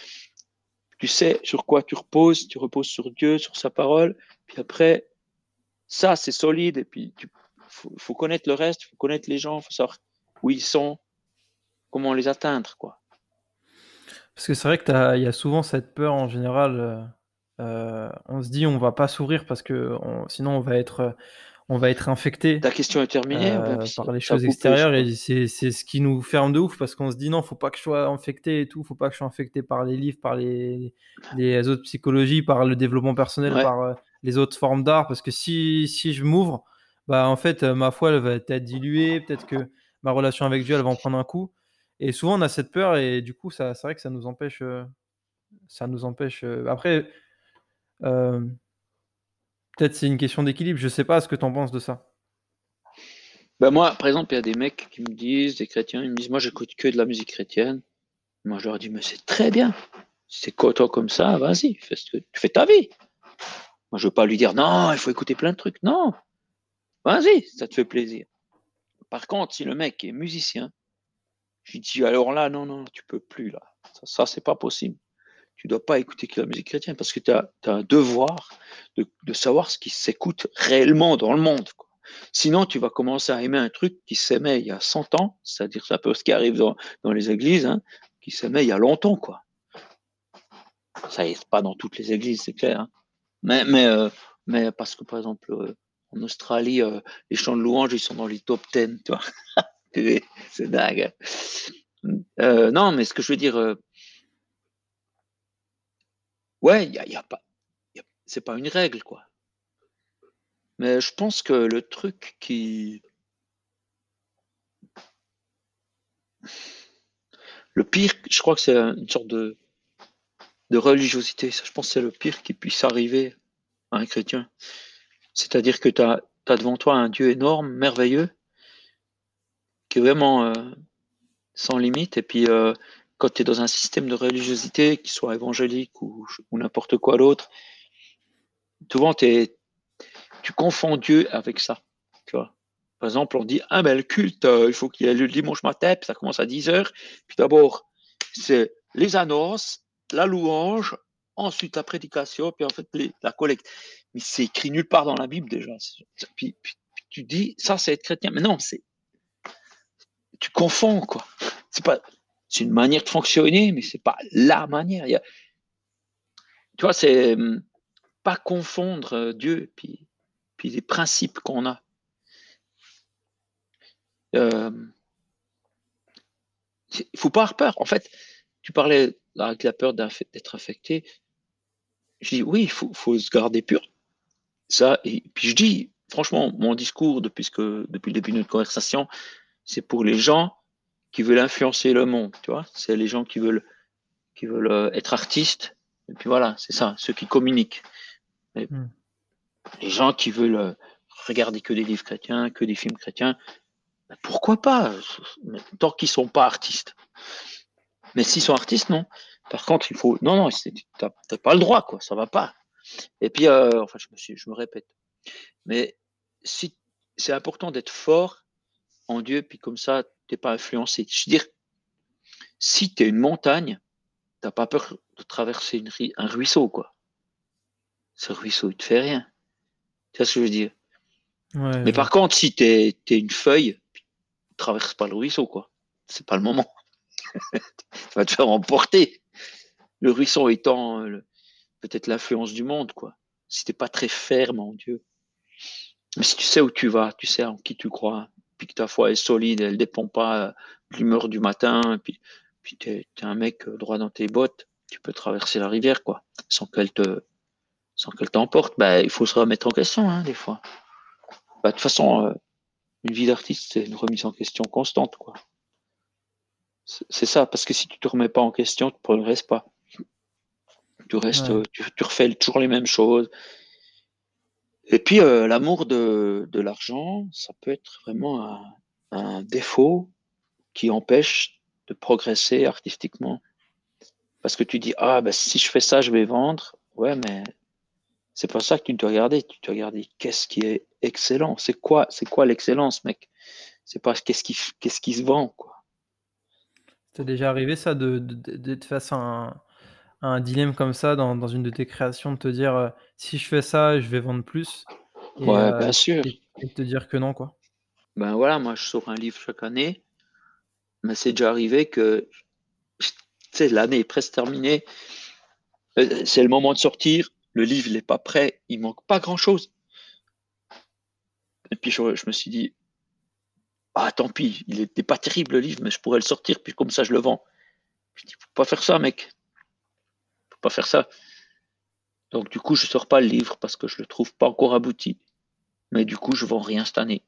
[SPEAKER 1] Tu sais sur quoi tu reposes sur Dieu, sur sa parole, puis après, ça, c'est solide, et puis faut connaître le reste, il faut connaître les gens, il faut savoir où ils sont, comment les atteindre, quoi.
[SPEAKER 2] Parce que c'est vrai qu'il y a souvent cette peur en général. On se dit on va pas s'ouvrir parce que sinon on va être infecté
[SPEAKER 1] Ta question est terminée,
[SPEAKER 2] par les
[SPEAKER 1] ça a
[SPEAKER 2] choses
[SPEAKER 1] coupé,
[SPEAKER 2] extérieures, et c'est ce qui nous ferme de ouf, parce qu'on se dit non, faut pas que je sois infecté et tout, faut pas que je sois infecté par les livres, par les autres psychologies, par le développement personnel,
[SPEAKER 1] Ouais.
[SPEAKER 2] par les autres formes d'art, parce que si je m'ouvre, bah en fait ma foi elle va être diluée, peut-être que ma relation avec Dieu elle va en prendre un coup, et souvent on a cette peur, et du coup ça c'est vrai que ça nous empêche après. euh, Peut-être c'est une question d'équilibre, je sais pas ce que tu en penses de ça.
[SPEAKER 1] Ben moi, par exemple, il y a des mecs qui me disent, des chrétiens, ils me disent, moi, j'écoute que de la musique chrétienne. Moi, je leur dis, mais c'est très bien. Si c'est toi comme ça, vas-y, tu fais ta vie. Moi, je veux pas lui dire, non, il faut écouter plein de trucs. Non, vas-y, ça te fait plaisir. Par contre, si le mec est musicien, je lui dis, alors là, non, non, tu peux plus, là. Ça c'est pas possible. Tu dois pas écouter que la musique chrétienne parce que tu as un devoir de savoir ce qui s'écoute réellement dans le monde, quoi. Sinon, tu vas commencer à aimer un truc qui s'aimait il y a 100 ans, c'est-à-dire c'est un peu ce qui arrive dans les églises, hein, qui s'aimait il y a longtemps, quoi. Ça n'est pas dans toutes les églises, c'est clair, hein. Mais parce que, par exemple, en Australie, les chants de louange, ils sont dans les top 10, tu vois. C'est dingue. Non, mais ce que je veux dire, ouais, y a pas, c'est pas une règle, quoi. Mais je pense que le truc le pire, je crois que c'est une sorte de religiosité. Ça, je pense que c'est le pire qui puisse arriver à un chrétien. C'est-à-dire que tu as devant toi un Dieu énorme, merveilleux, qui est vraiment sans limite. Et puis, quand tu es dans un système de religiosité, qu'il soit évangélique ou n'importe quoi d'autre, souvent tu confonds Dieu avec ça. Tu vois. Par exemple, on dit, ah ben le culte, il faut qu'il y ait le dimanche matin, puis ça commence à 10h. Puis d'abord, c'est les annonces, la louange, ensuite la prédication, puis en fait la collecte. Mais c'est écrit nulle part dans la Bible déjà. Puis tu dis, ça c'est être chrétien. Mais non, tu confonds quoi. C'est une manière de fonctionner, mais c'est pas la manière. Tu vois, c'est pas confondre Dieu puis les principes qu'on a. Il faut pas avoir peur. En fait, tu parlais avec la peur d'être affecté. Je dis oui, il faut se garder pur. Ça, et puis je dis, franchement, mon discours depuis le début de notre conversation, c'est pour les gens qui veulent influencer le monde, tu vois. C'est les gens qui veulent être artistes. Et puis voilà, c'est ça, ceux qui communiquent. Mais les gens qui veulent regarder que des livres chrétiens, que des films chrétiens, ben pourquoi pas, tant qu'ils sont pas artistes. Mais s'ils sont artistes, non. Par contre, il faut, non, t'as pas le droit, quoi, ça va pas. Et puis, enfin, je me répète. Mais si c'est important d'être fort en Dieu, puis comme ça, t'es pas influencé. Je veux dire, si t'es une montagne, t'as pas peur de traverser un ruisseau, quoi. Ce ruisseau, il te fait rien. Tu vois ce que je veux dire?
[SPEAKER 2] Ouais,
[SPEAKER 1] Mais par contre, si t'es une feuille, traverse pas le ruisseau, quoi. C'est pas le moment. Tu vas te faire emporter. Le ruisseau étant peut-être l'influence du monde, quoi. Si t'es pas très ferme en Dieu. Mais si tu sais où tu vas, tu sais en qui tu crois, puis que ta foi est solide, elle dépend pas de l'humeur du matin, puis t'es un mec droit dans tes bottes, tu peux traverser la rivière, quoi, sans qu'elle t'emporte. Ben, il faut se remettre en question, hein, des fois. Ben, de toute façon, une vie d'artiste, c'est une remise en question constante, quoi. C'est ça, parce que si tu te remets pas en question, tu progresses pas. Tu restes,
[SPEAKER 2] ouais.
[SPEAKER 1] tu refais toujours les mêmes choses. Et puis, l'amour de l'argent, ça peut être vraiment un défaut qui empêche de progresser artistiquement. Parce que tu dis, ah, ben, si je fais ça, je vais vendre. Ouais, mais c'est pas ça que tu dois regarder. Tu dois regarder qu'est-ce qui est excellent. C'est quoi l'excellence, mec? C'est pas qu'est-ce qui se vend, quoi.
[SPEAKER 2] T'es déjà arrivé ça d'être face à un dilemme comme ça dans une de tes créations, de te dire si je fais ça, je vais vendre plus, et,
[SPEAKER 1] Ouais,
[SPEAKER 2] euh,
[SPEAKER 1] bien sûr.
[SPEAKER 2] et de te dire que non, quoi.
[SPEAKER 1] Ben voilà, moi, je sors un livre chaque année, mais c'est déjà arrivé que, tu sais, l'année est presque terminée. C'est le moment de sortir. Le livre n'est pas prêt. Il manque pas grand-chose. Et puis, je me suis dit, ah, tant pis, il était pas terrible le livre, mais je pourrais le sortir, puis comme ça, je le vends. Je dis, faut pas faire ça, mec. Faut pas faire ça. Donc, du coup, je sors pas le livre parce que je le trouve pas encore abouti. Mais du coup, je vends rien cette année.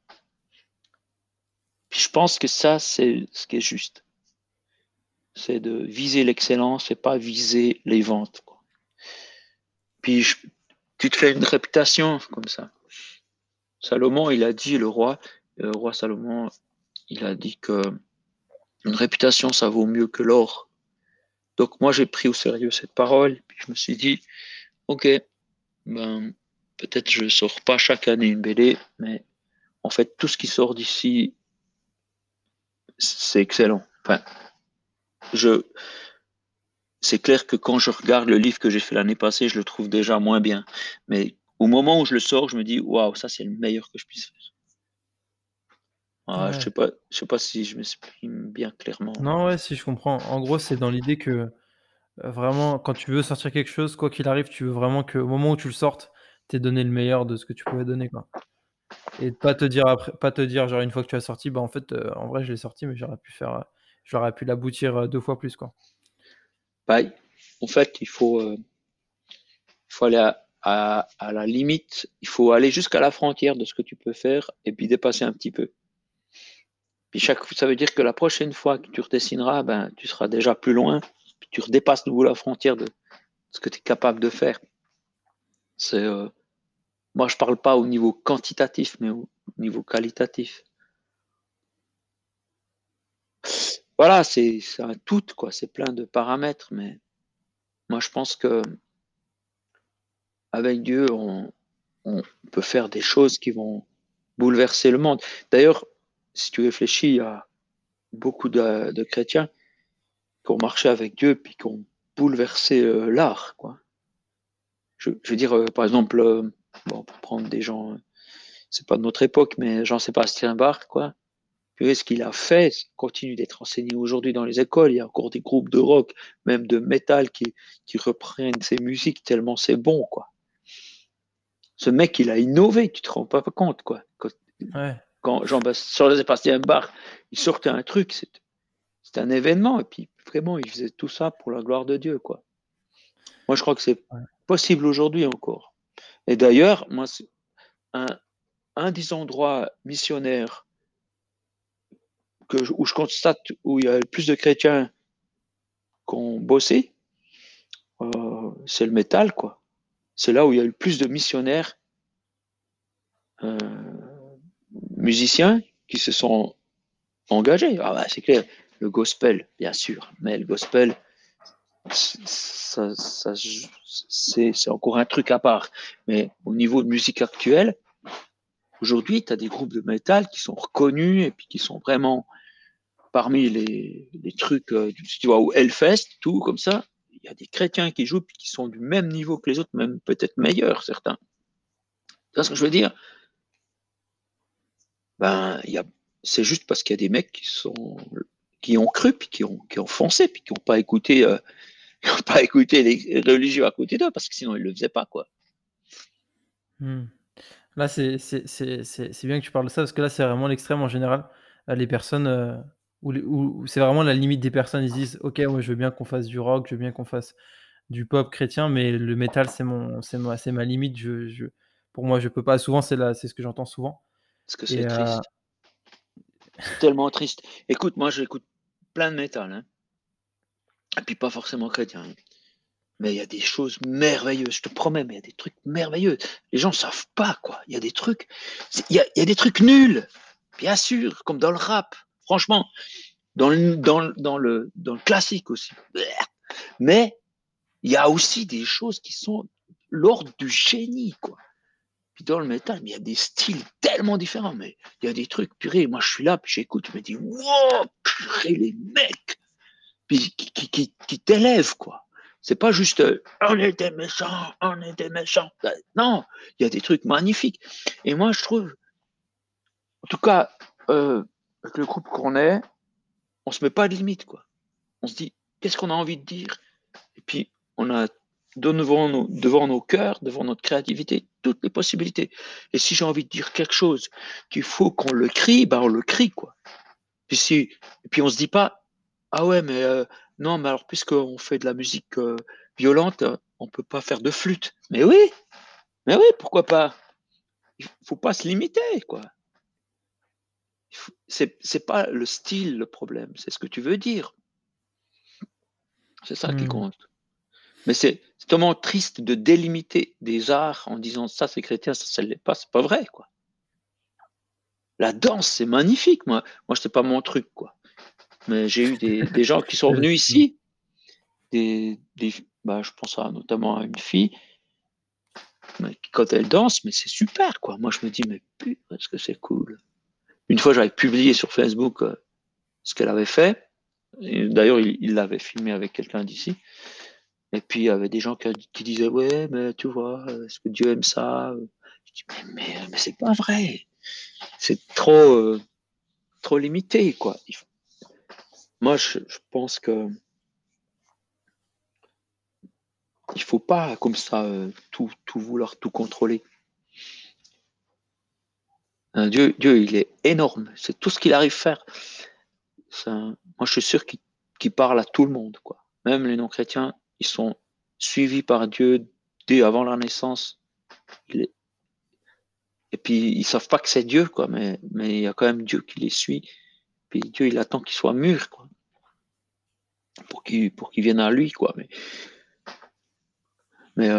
[SPEAKER 1] Puis, je pense que ça, c'est ce qui est juste. C'est de viser l'excellence et pas viser les ventes, quoi. Puis, tu te fais une réputation comme ça. Salomon, il a dit, le roi Salomon, il a dit que une réputation, ça vaut mieux que l'or. Donc moi, j'ai pris au sérieux cette parole, puis je me suis dit, ok, ben peut-être je sors pas chaque année une BD, mais en fait tout ce qui sort d'ici, c'est excellent. Enfin, c'est clair que quand je regarde le livre que j'ai fait l'année passée, je le trouve déjà moins bien. Mais au moment où je le sors, je me dis, waouh, ça c'est le meilleur que je puisse faire. Ah,
[SPEAKER 2] Ouais.
[SPEAKER 1] je sais pas si je m'exprime bien clairement.
[SPEAKER 2] Non, ouais, si je comprends. En gros, c'est dans l'idée que vraiment, quand tu veux sortir quelque chose, quoi qu'il arrive, tu veux vraiment qu'au moment où tu le sortes, t'aies donné le meilleur de ce que tu pouvais donner, quoi. Et pas te dire après, pas te dire genre une fois que tu as sorti, bah en fait, en vrai, je l'ai sorti, mais j'aurais pu l'aboutir 2 fois plus, quoi.
[SPEAKER 1] Pareil. En fait, il faut aller à la limite, il faut aller jusqu'à la frontière de ce que tu peux faire et puis dépasser un petit peu. Puis ça veut dire que la prochaine fois que tu redessineras, ben, tu seras déjà plus loin, puis tu redépasses de nouveau la frontière de ce que tu es capable de faire. C'est, moi, je parle pas au niveau quantitatif, mais au niveau qualitatif. voilà, c'est un tout, quoi. C'est plein de paramètres, mais moi, je pense que avec Dieu, on peut faire des choses qui vont bouleverser le monde. D'ailleurs, si tu réfléchis, il y a beaucoup de chrétiens qui ont marché avec Dieu puis qui ont bouleversé l'art, quoi. Je veux dire, par exemple, bon, pour prendre des gens, c'est pas de notre époque, mais Jean-Sébastien Bach, quoi. Vous voyez, ce qu'il a fait, ça continue d'être enseigné aujourd'hui dans les écoles. Il y a encore des groupes de rock, même de métal, qui reprennent ces musiques tellement c'est bon, quoi. Ce mec, il a innové, tu te rends pas compte, quoi.
[SPEAKER 2] Ouais.
[SPEAKER 1] Quand Jean-Sébastien Bach, il sortait un truc, c'était un événement, et puis vraiment, il faisait tout ça pour la gloire de Dieu, quoi. Moi, je crois que c'est
[SPEAKER 2] Ouais.
[SPEAKER 1] possible aujourd'hui encore. Et d'ailleurs, moi, un, un des endroits missionnaires où je constate où il y a le plus de chrétiens qui ont bossé, c'est le métal, quoi. C'est là où il y a eu le plus de missionnaires euh, musiciens qui se sont engagés. Ah bah, c'est clair, le gospel, bien sûr, mais le gospel, c'est encore un truc à part. Mais au niveau de musique actuelle, aujourd'hui, tu as des groupes de métal qui sont reconnus et puis qui sont vraiment parmi les trucs, tu vois, au Hellfest, tout comme ça. Il y a des chrétiens qui jouent puis qui sont du même niveau que les autres, même peut-être meilleurs, certains. Tu vois ce que je veux dire? Ben, c'est juste parce qu'il y a des mecs qui ont cru, puis qui ont foncé, puis qui n'ont pas écouté, qui ont pas écouté les religieux à côté d'eux, parce que sinon ils le faisaient pas, quoi.
[SPEAKER 2] Hmm. Là, c'est bien que tu parles de ça parce que là, c'est vraiment l'extrême en général. Les personnes où c'est vraiment la limite des personnes. Ils disent, ok, moi, je veux bien qu'on fasse du rock, je veux bien qu'on fasse du pop chrétien, mais le métal, c'est ma limite. Pour moi, je peux pas. Souvent, c'est ce que j'entends souvent.
[SPEAKER 1] Parce que
[SPEAKER 2] Et
[SPEAKER 1] c'est triste. C'est tellement triste. Écoute, moi, j'écoute plein de métal, hein. Et puis pas forcément chrétien, hein. Mais il y a des choses merveilleuses, je te promets, mais il y a des trucs merveilleux. Les gens savent pas, quoi. Il y a des trucs, il y a des trucs nuls, bien sûr, comme dans le rap. Franchement, dans le classique aussi. Mais il y a aussi des choses qui sont l'ordre du génie, quoi. Puis dans le métal, mais il y a des styles tellement différents, mais il y a des trucs, purée, moi je suis là, puis j'écoute, je me dis, wow, purée, les mecs, puis qui t'élèvent, quoi. C'est pas juste, on était méchants, on était méchants. Non, il y a des trucs magnifiques. Et moi, je trouve, en tout cas, avec le groupe qu'on est, on se met pas de limite, quoi. On se dit, qu'est-ce qu'on a envie de dire? Et puis, on a devant nos cœurs, devant notre créativité, toutes les possibilités. Et si j'ai envie de dire quelque chose qu'il faut qu'on le crie, ben on le crie, quoi. Et puis on se dit pas, ah ouais, mais non, mais alors puisqu'on fait de la musique violente, on peut pas faire de flûte. Mais oui, pourquoi pas? Il faut pas se limiter, quoi. C'est pas le style le problème, c'est ce que tu veux dire. C'est ça qui
[SPEAKER 2] hmm.
[SPEAKER 1] compte. Mais c'est tellement triste de délimiter des arts en disant ça c'est chrétien, ça ne l'est pas, c'est pas vrai, quoi. La danse, c'est magnifique, moi c'est pas mon truc, quoi. Mais j'ai eu des gens qui sont venus ici, je pense notamment à une fille, quand elle danse, mais c'est super, quoi. Moi je me dis, mais putain, est-ce que c'est cool. Une fois j'avais publié sur Facebook ce qu'elle avait fait, et d'ailleurs il l'avait filmé avec quelqu'un d'ici. Et puis, il y avait des gens qui disaient, ouais, mais tu vois, est-ce que Dieu aime ça? Je dis, mais c'est pas vrai. C'est trop limité, quoi. Moi, je pense que il faut pas, comme ça, tout vouloir, tout contrôler. Dieu, il est énorme. C'est tout ce qu'il arrive à faire. Moi, je suis sûr qu'il parle à tout le monde, quoi. Même les non-chrétiens, ils sont suivis par Dieu dès avant la naissance. Et puis, ils savent pas que c'est Dieu, quoi, mais il y a quand même Dieu qui les suit. Puis Dieu, il attend qu'ils soient mûrs, quoi, pour qu'ils viennent à lui, quoi. Mais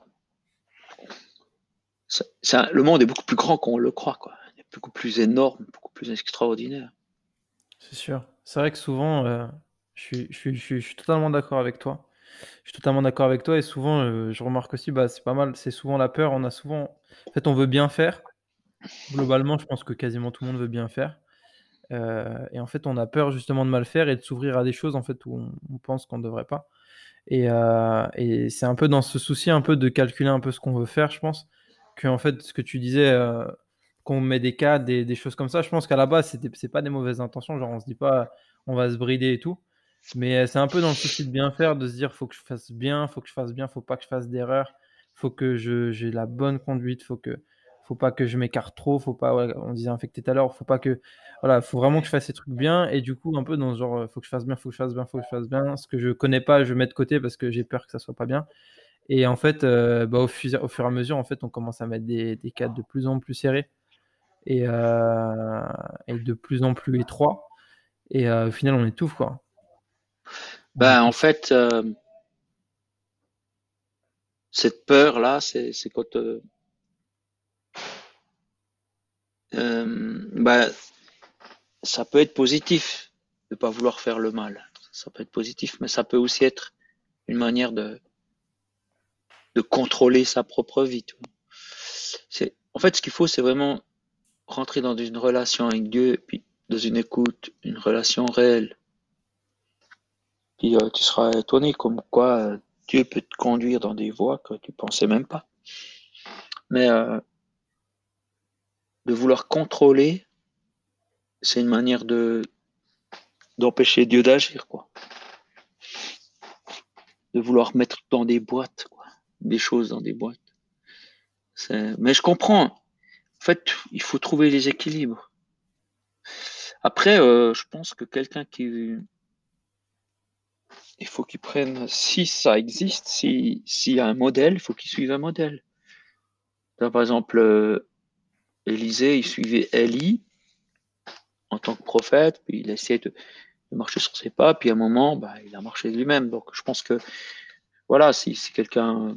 [SPEAKER 1] le monde est beaucoup plus grand qu'on le croit, quoi. Il est beaucoup plus énorme, beaucoup plus extraordinaire.
[SPEAKER 2] C'est sûr. C'est vrai que souvent, je suis totalement d'accord avec toi. Je suis totalement d'accord avec toi et souvent, je remarque aussi, bah, c'est pas mal, c'est souvent la peur. On a souvent en fait, on veut bien faire. Globalement, je pense que quasiment tout le monde veut bien faire, et en fait, on a peur justement de mal faire et de s'ouvrir à des choses, en fait, où on pense qu'on ne devrait pas et c'est un peu dans ce souci un peu de calculer un peu ce qu'on veut faire, je pense, qu'en fait, ce que tu disais, qu'on met des cadres, des choses comme ça, je pense qu'à la base, c'est pas des mauvaises intentions, genre on se dit pas: «On va se brider et tout», mais c'est un peu dans le souci de bien faire, de se dire: «Faut que je fasse bien, faut que je fasse bien, faut pas que je fasse d'erreurs, faut que je j'ai la bonne conduite, faut pas que je m'écarte trop, faut pas», ouais, on disait infecté tout à l'heure, faut pas que voilà, faut vraiment que je fasse ces trucs bien et du coup, un peu dans ce genre, faut que je fasse bien, faut que je fasse bien, faut que je fasse bien. Ce que je connais pas, je mets de côté parce que j'ai peur que ça soit pas bien et en fait, bah, au fur et à mesure, en fait, on commence à mettre des cadres de plus en plus serrés et de plus en plus étroits et au final, on étouffe, quoi. On
[SPEAKER 1] Ben, en
[SPEAKER 2] étouffe.
[SPEAKER 1] fait, cette peur-là, c'est quand, ben, ça peut être positif de pas vouloir faire le mal. Ça peut être positif, mais ça peut aussi être une manière de contrôler sa propre vie. Tu vois. En fait, ce qu'il faut, c'est vraiment rentrer dans une relation avec Dieu, puis dans une écoute, une relation réelle. Puis tu seras étonné comme quoi Dieu peut te conduire dans des voies que tu pensais même pas. Mais de vouloir contrôler, c'est une manière d'empêcher Dieu d'agir, quoi. De vouloir mettre dans des boîtes, quoi. Des choses dans des boîtes. Mais je comprends. En fait, il faut trouver les équilibres. Après, je pense que il faut qu'il prenne, si ça existe, s'il y a un modèle, il faut qu'il suive un modèle. Là, par exemple, Élisée, il suivait Élie en tant que prophète, puis il essayait de marcher sur ses pas, puis à un moment, bah, il a marché de lui-même. Donc, je pense que, voilà, si quelqu'un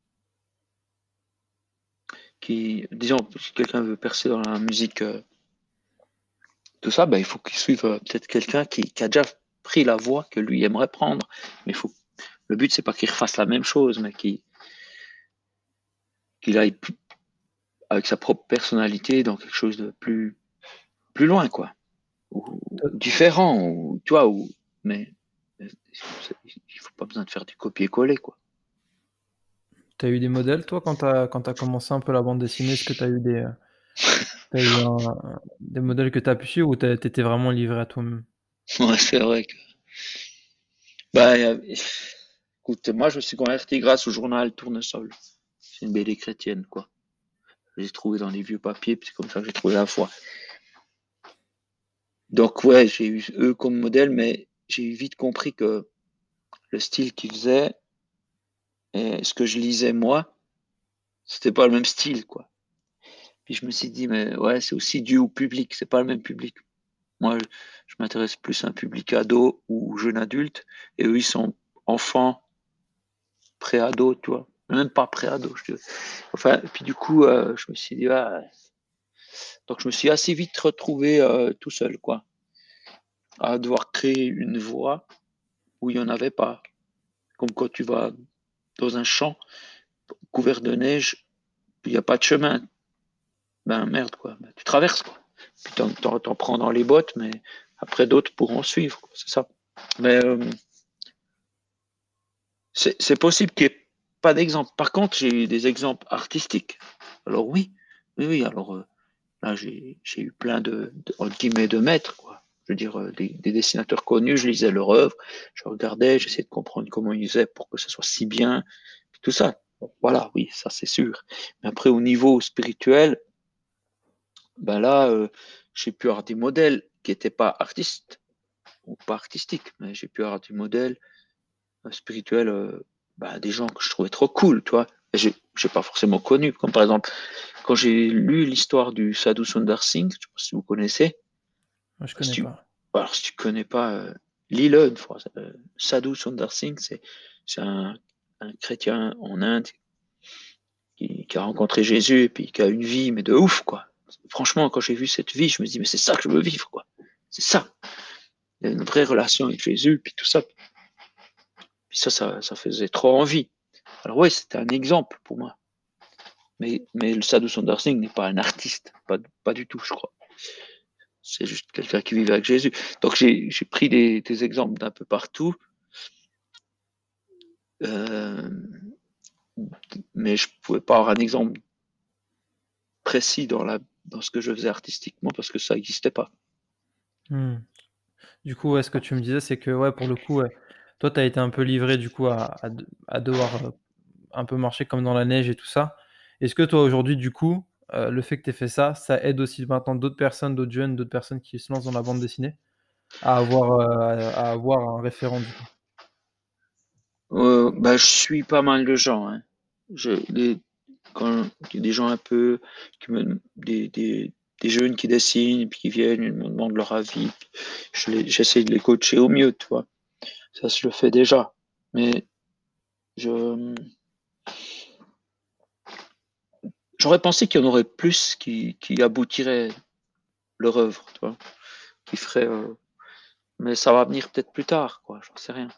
[SPEAKER 1] disons, si quelqu'un veut percer dans la musique, tout ça, bah, il faut qu'il suive peut-être quelqu'un qui a déjà pris la voie que lui aimerait prendre. Mais le but, c'est pas qu'il refasse la même chose, mais qu'il aille avec sa propre personnalité dans quelque chose de plus loin, quoi. Ou différent, ou, tu vois, mais il faut pas besoin de faire du copier-coller, quoi.
[SPEAKER 2] Tu as eu des modèles, toi, quand tu as commencé un peu la bande dessinée? Est-ce que tu as eu t'as eu des modèles que tu as pu suivre ou tu étais vraiment livré à toi-même?
[SPEAKER 1] Ouais, c'est vrai que, bah, écoute, moi, je me suis converti grâce au journal Tournesol. C'est une BD chrétienne, quoi. Je l'ai trouvé dans les vieux papiers, puis c'est comme ça que j'ai trouvé la foi. Donc, ouais, j'ai eu eux comme modèle, mais j'ai vite compris que le style qu'ils faisaient et ce que je lisais moi, c'était pas le même style, quoi. Puis je me suis dit, mais ouais, c'est aussi dû au public, c'est pas le même public. Moi, je m'intéresse plus à un public ado ou jeune adulte, et eux, ils sont enfants, pré-ado, tu vois. Même pas pré-ado, je te... Enfin, et puis du coup, je me suis dit, ah. Donc je me suis assez vite retrouvé tout seul, quoi, à devoir créer une voie où il n'y en avait pas. Comme quand tu vas dans un champ couvert de neige, puis il n'y a pas de chemin. Ben merde, quoi. Ben, tu traverses, quoi. Puis t'en prends dans les bottes, mais après d'autres pourront suivre, quoi. C'est ça. Mais c'est possible qu'il n'y ait pas d'exemple. Par contre, j'ai eu des exemples artistiques. Alors oui, oui, oui. Alors là, j'ai eu plein entre guillemets, de maîtres, quoi. Je veux dire, des dessinateurs connus, je lisais leur œuvre, je regardais, j'essayais de comprendre comment ils faisaient pour que ce soit si bien, tout ça. Voilà, oui, ça c'est sûr. Mais après, au niveau spirituel, ben là, j'ai pu avoir des modèles qui n'étaient pas artistes ou pas artistiques, mais j'ai pu avoir des modèles spirituels, ben, des gens que je trouvais trop cool, tu vois. Et j'ai pas forcément connu, comme par exemple, quand j'ai lu l'histoire du Sadhu Sundar Singh, je sais pas si vous connaissez.
[SPEAKER 2] Moi, je
[SPEAKER 1] Si
[SPEAKER 2] connais
[SPEAKER 1] tu,
[SPEAKER 2] pas.
[SPEAKER 1] alors, si tu connais pas, lis-le une fois. Sadhu Sundar Singh, c'est un chrétien en Inde qui a rencontré Jésus et puis qui a une vie, mais de ouf, quoi. Franchement, quand j'ai vu cette vie, je me dis, mais c'est ça que je veux vivre, quoi. C'est ça. Il y a une vraie relation avec Jésus, puis tout ça. Puis ça faisait trop envie. Alors ouais, c'était un exemple pour moi. Mais le Sadhu Sundar Singh n'est pas un artiste, pas du tout, je crois. C'est juste quelqu'un qui vivait avec Jésus. Donc j'ai pris des exemples d'un peu partout. Mais je pouvais pas avoir un exemple précis dans ce que je faisais artistiquement parce que ça n'existait pas.
[SPEAKER 2] Du coup, ce que tu me disais, c'est que ouais, pour le coup, toi, tu as été un peu livré du coup à devoir un peu marcher comme dans la neige et tout ça. Est-ce que toi, aujourd'hui, du coup, le fait que tu aies fait ça, ça aide aussi maintenant d'autres personnes, d'autres jeunes, d'autres personnes qui se lancent dans la bande dessinée à avoir un référent du coup?
[SPEAKER 1] Je suis pas mal de gens. Hein. Quand il y a des gens un peu, des jeunes qui dessinent et puis qui viennent, ils me demandent leur avis. J'essaie de les coacher au mieux, tu vois. Ça, je le fais déjà. Mais j'aurais pensé qu'il y en aurait plus qui aboutiraient leur œuvre, tu vois, qui ferait. Mais ça va venir peut-être plus tard, quoi. J'en sais rien.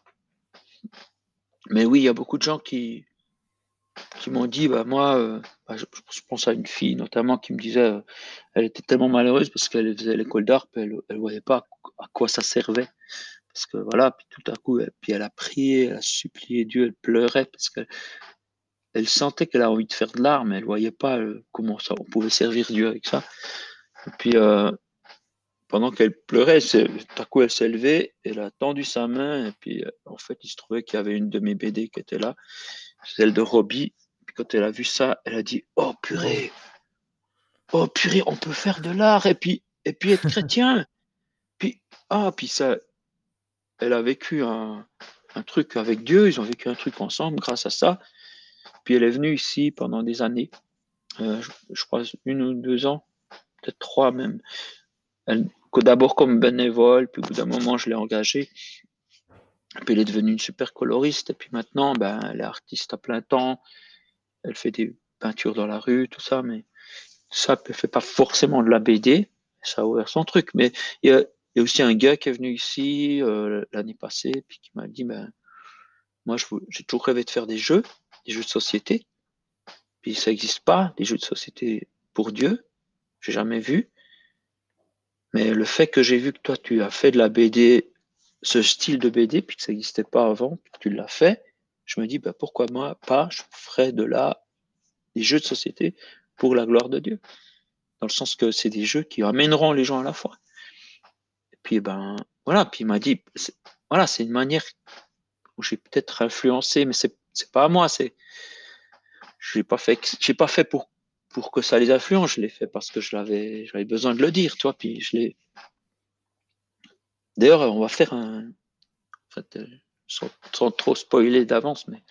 [SPEAKER 1] Mais oui, il y a beaucoup de gens qui m'ont dit, moi, je pense à une fille notamment qui me disait, elle était tellement malheureuse parce qu'elle faisait l'école d'art, puis elle voyait pas à quoi ça servait. Parce que voilà, puis tout à coup, puis elle a prié, elle a supplié Dieu, elle pleurait parce qu'elle sentait qu'elle a envie de faire de l'art, mais elle voyait pas comment ça, on pouvait servir Dieu avec ça. Et puis, pendant qu'elle pleurait, tout à coup, elle s'est levée, elle a tendu sa main, et puis, en fait, il se trouvait qu'il y avait une de mes BD qui était là, celle de Robbie. Puis quand elle a vu ça, elle a dit, oh purée, on peut faire de l'art, et puis être chrétien. Puis, puis ça, elle a vécu un truc avec Dieu, ils ont vécu un truc ensemble grâce à ça. Puis elle est venue ici pendant des années, je crois 1 ou 2 ans, peut-être 3 même. D'abord comme bénévole, puis au bout d'un moment, je l'ai engagée. Puis elle est devenue une super coloriste, et puis maintenant, elle est artiste à plein temps. Elle fait des peintures dans la rue, tout ça, mais ça, elle fait pas forcément de la BD. Ça a ouvert son truc. Mais il y a aussi un gars qui est venu ici l'année passée, puis qui m'a dit, moi, j'ai toujours rêvé de faire des jeux de société. Puis ça n'existe pas, des jeux de société pour Dieu. J'ai jamais vu. Mais le fait que j'ai vu que toi, tu as fait de la BD, ce style de BD, puis que ça n'existait pas avant, puis que tu l'as fait, je me dis, pourquoi moi pas, je ferais des jeux de société pour la gloire de Dieu. Dans le sens que c'est des jeux qui amèneront les gens à la foi. Et puis, voilà, puis il m'a dit, voilà, c'est une manière où j'ai peut-être influencé, mais c'est pas à moi, j'ai pas fait pour que ça les influence, je l'ai fait parce que j'avais besoin de le dire, toi, puis D'ailleurs, on va faire en fait, sans trop spoiler d'avance, mais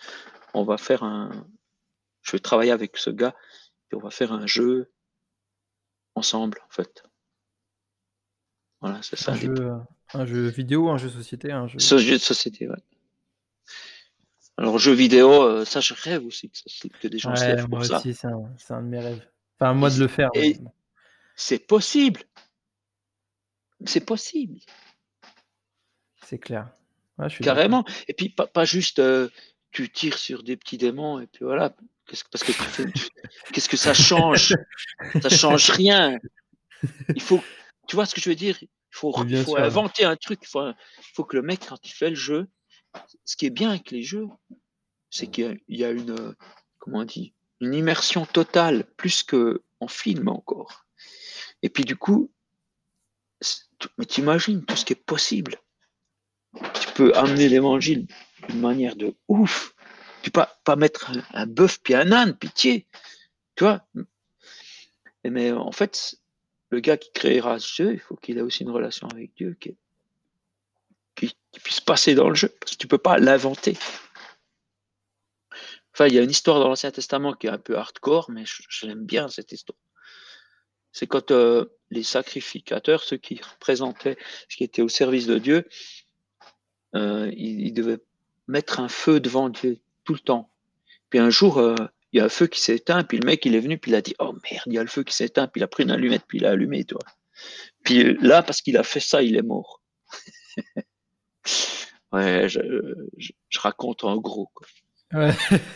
[SPEAKER 1] je vais travailler avec ce gars, et on va faire un jeu ensemble, en fait. Voilà, c'est ça.
[SPEAKER 2] Un jeu vidéo, un jeu société, un jeu.
[SPEAKER 1] Ce jeu de société, ouais. Alors, jeu vidéo, ça, je rêve aussi que des gens se lèvent pour ça.
[SPEAKER 2] Moi aussi, c'est un de mes rêves. Enfin, moi de le faire.
[SPEAKER 1] Et c'est possible. C'est possible.
[SPEAKER 2] C'est clair. Ouais, je suis
[SPEAKER 1] Carrément. Et puis, pas juste tu tires sur des petits démons et puis voilà. Parce que qu'est-ce que ça change? Ça change rien. Tu vois ce que je veux dire? Il faut inventer un truc. Il faut que le mec, quand il fait le jeu, ce qui est bien avec les jeux, c'est qu'il y a comment on dit, une immersion totale, plus qu'en film encore. Et puis du coup, mais t'imagines tout ce qui est possible. Tu peux amener l'évangile d'une manière de ouf. Tu peux pas mettre un bœuf puis un âne, pitié. Tu vois? Mais en fait, le gars qui créera ce jeu, il faut qu'il ait aussi une relation avec Dieu qui puisse passer dans le jeu, parce que tu peux pas l'inventer. Enfin, il y a une histoire dans l'Ancien Testament qui est un peu hardcore, mais je l'aime bien cette histoire. C'est quand les sacrificateurs, ceux qui représentaient, ce qui était au service de Dieu, ils devaient mettre un feu devant Dieu tout le temps. Puis un jour, il y a un feu qui s'est éteint, puis le mec, il est venu, puis il a dit, oh merde, il y a le feu qui s'est éteint, puis il a pris une allumette, puis il a allumé, toi. Puis là, parce qu'il a fait ça, il est mort. Ouais, je raconte en gros, quoi.
[SPEAKER 2] Ouais.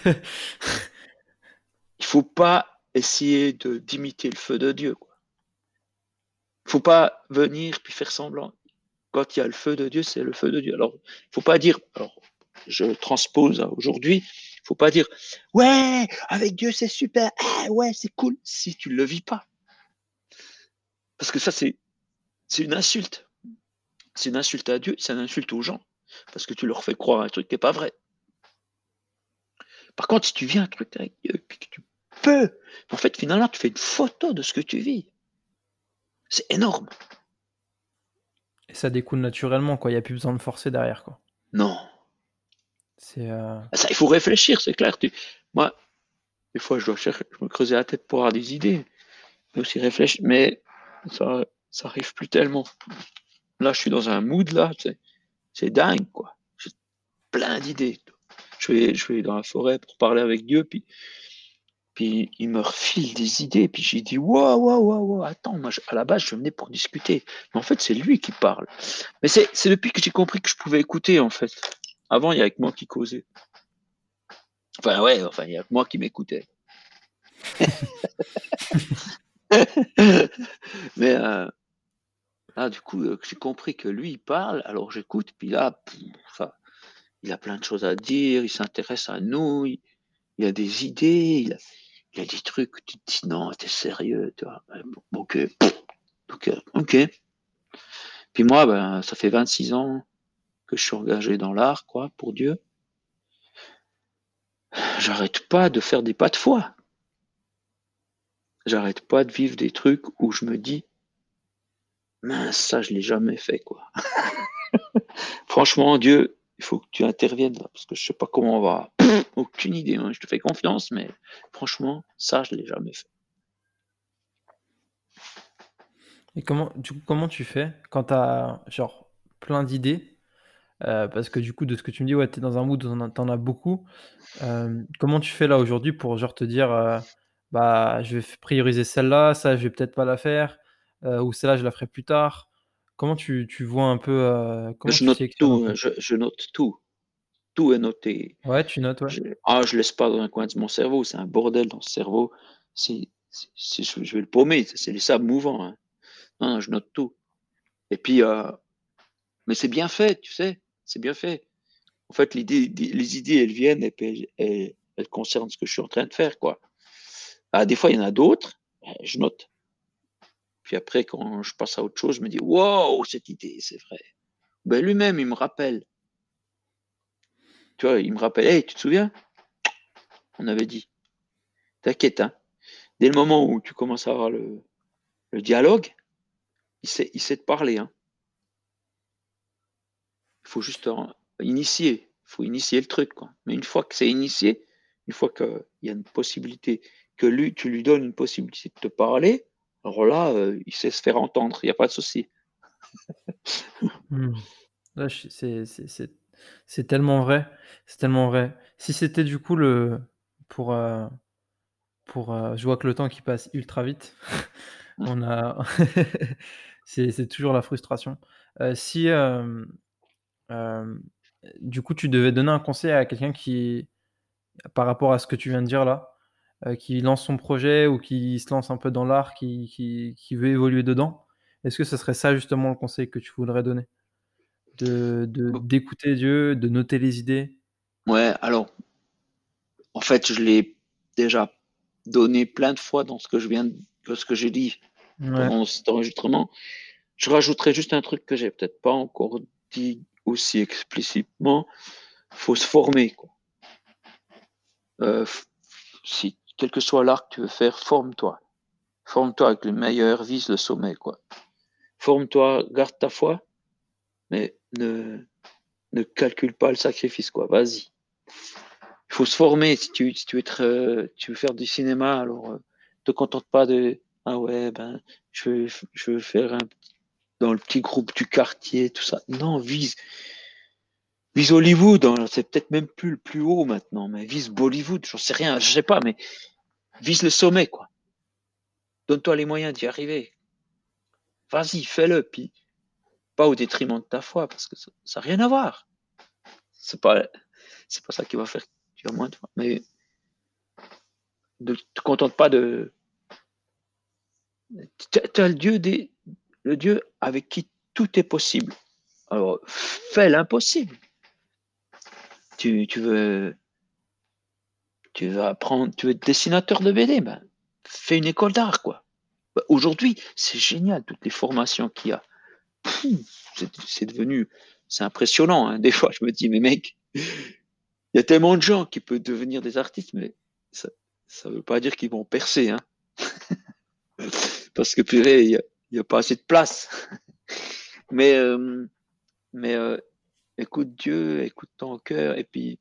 [SPEAKER 1] Il faut pas essayer d'imiter le feu de Dieu, quoi. Il faut pas venir puis faire semblant. Quand il y a le feu de Dieu, c'est le feu de Dieu. Alors, il faut pas dire, alors, je transpose à aujourd'hui, il faut pas dire, ouais, avec Dieu c'est super, ah, ouais, c'est cool, si tu le vis pas. Parce que ça, c'est une insulte. C'est une insulte à Dieu, c'est une insulte aux gens. Parce que tu leur fais croire un truc qui n'est pas vrai. Par contre, si tu vis un truc avec Dieu, puis que tu peux, en fait, finalement, tu fais une photo de ce que tu vis. C'est énorme.
[SPEAKER 2] Et ça découle naturellement, quoi. Il n'y a plus besoin de forcer derrière, quoi.
[SPEAKER 1] Non.
[SPEAKER 2] C'est.
[SPEAKER 1] Ça, il faut réfléchir, c'est clair. Moi, des fois, je me creusais la tête pour avoir des idées, mais aussi réfléchir. Mais ça arrive plus tellement. Là, je suis dans un mood, là, c'est dingue, quoi. J'ai plein d'idées. Je vais dans la forêt pour parler avec Dieu, puis il me refile des idées, puis j'ai dit, wow, attends, moi, à la base, je venais pour discuter. Mais en fait, c'est lui qui parle. Mais c'est depuis que j'ai compris que je pouvais écouter, en fait. Avant, il y avait que moi qui causais. Enfin, ouais, enfin, il y a que moi qui m'écoutais. Mais là, du coup, j'ai compris que lui, il parle, alors j'écoute, puis là, ça, il a plein de choses à dire, il s'intéresse à nous, il a des idées, il a des trucs, tu te dis, non, t'es sérieux, tu vois. Ok, ok. Puis moi, ben, ça fait 26 ans que je suis engagé dans l'art, quoi, pour Dieu. J'arrête pas de faire des pas de foi. J'arrête pas de vivre des trucs où je me dis, mince, ça, je l'ai jamais fait, quoi. Franchement, Dieu, il faut que tu interviennes là, parce que je sais pas comment on va. Aucune idée, hein. Je te fais confiance, mais franchement, ça, je l'ai jamais fait.
[SPEAKER 2] Et comment tu fais quand t'as genre plein d'idées parce que du coup, de ce que tu me dis, ouais, t'es dans un mood où t'en as beaucoup. Comment tu fais là aujourd'hui pour genre te dire, bah, je vais prioriser celle-là, ça, je vais peut-être pas la faire, ou celle-là, je la ferai plus tard. Comment tu vois un peu, comment
[SPEAKER 1] Je
[SPEAKER 2] tu
[SPEAKER 1] note
[SPEAKER 2] sélectionnes un
[SPEAKER 1] tout,
[SPEAKER 2] peu?
[SPEAKER 1] je note tout. Tout est noté.
[SPEAKER 2] Ouais, tu notes, ouais.
[SPEAKER 1] Je laisse pas dans un coin de mon cerveau, c'est un bordel dans ce cerveau. Je vais le paumer, c'est les sables mouvants, hein. Non, je note tout. Et puis, mais c'est bien fait, tu sais, c'est bien fait. En fait, les idées, elles viennent et puis elles concernent ce que je suis en train de faire, quoi. Ah, des fois, il y en a d'autres, je note. Puis après, quand je passe à autre chose, je me dis, wow, cette idée, c'est vrai. Ben, lui-même, il me rappelle. Tu vois, il me rappelle, hey, tu te souviens? On avait dit. T'inquiète, hein. Dès le moment où tu commences à avoir le dialogue, il sait te parler, hein. Il faut juste initier. Il faut initier le truc, quoi. Mais une fois que c'est initié, une fois qu'il y a une possibilité, que lui, tu lui donnes une possibilité de te parler, alors là, il sait se faire entendre, il n'y a pas de souci.
[SPEAKER 2] Mmh. Ouais, c'est tellement vrai, c'est tellement vrai. Si c'était du coup le pour, heu je vois que le temps qui passe ultra vite. On a c'est toujours la frustration. Si, hem, du coup, tu devais donner un conseil à quelqu'un qui par rapport à ce que tu viens de dire là, qui lance son projet ou qui se lance un peu dans l'art, qui veut évoluer dedans, est-ce que ce serait ça justement le conseil que tu voudrais donner? D'écouter Dieu, de noter les idées?
[SPEAKER 1] Ouais, alors, en fait, je l'ai déjà donné plein de fois dans ce que j'ai dit
[SPEAKER 2] Ouais.
[SPEAKER 1] pendant cet enregistrement. Je rajouterai juste un truc que j'ai peut-être pas encore dit aussi explicitement. Faut se former, quoi. Euh, si, quel que soit l'art que tu veux faire, forme-toi. Forme-toi avec le meilleur, vise le sommet, quoi. Forme-toi, garde ta foi, mais ne calcule pas le sacrifice, quoi. Vas-y. Il faut se former si tu veux tu veux faire du cinéma, alors te contente pas de ah ouais ben je veux faire dans le petit groupe du quartier tout ça. Non, vise Hollywood, hein. C'est peut-être même plus le plus haut maintenant, mais vise Bollywood, j'en sais rien, je sais pas, mais vise le sommet, quoi. Donne-toi les moyens d'y arriver. Vas-y, fais-le, puis pas au détriment de ta foi, parce que ça n'a rien à voir. C'est pas ça qui va faire que tu as moins de foi. Mais ne te contente pas de... Tu as le Dieu avec qui tout est possible. Alors, fais l'impossible. Tu veux apprendre, tu veux être dessinateur de BD, ben, fais une école d'art, quoi. Ben, aujourd'hui, c'est génial, toutes les formations qu'il y a. C'est impressionnant, hein. Des fois, je me dis, mais mec, il y a tellement de gens qui peuvent devenir des artistes, mais ça veut pas dire qu'ils vont percer, hein. Parce que purée, il y a pas assez de place. Mais écoute Dieu, écoute ton cœur, et puis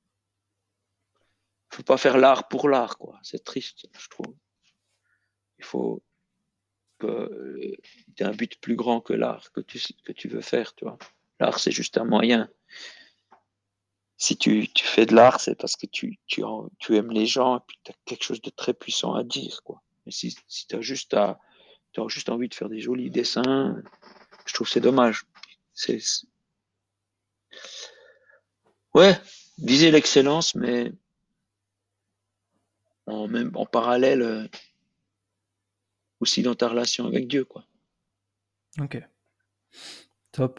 [SPEAKER 1] faut pas faire l'art pour l'art, quoi. C'est triste, je trouve. Il faut que tu aies un but plus grand que l'art que tu veux faire, tu vois. L'art, c'est juste un moyen. Si tu fais de l'art, c'est parce que tu aimes les gens et puis tu as quelque chose de très puissant à dire, quoi. Mais si tu as juste envie de faire des jolis dessins, je trouve que c'est dommage. Ouais, viser l'excellence, mais en parallèle aussi dans ta relation avec Dieu, quoi.
[SPEAKER 2] Ok. Top.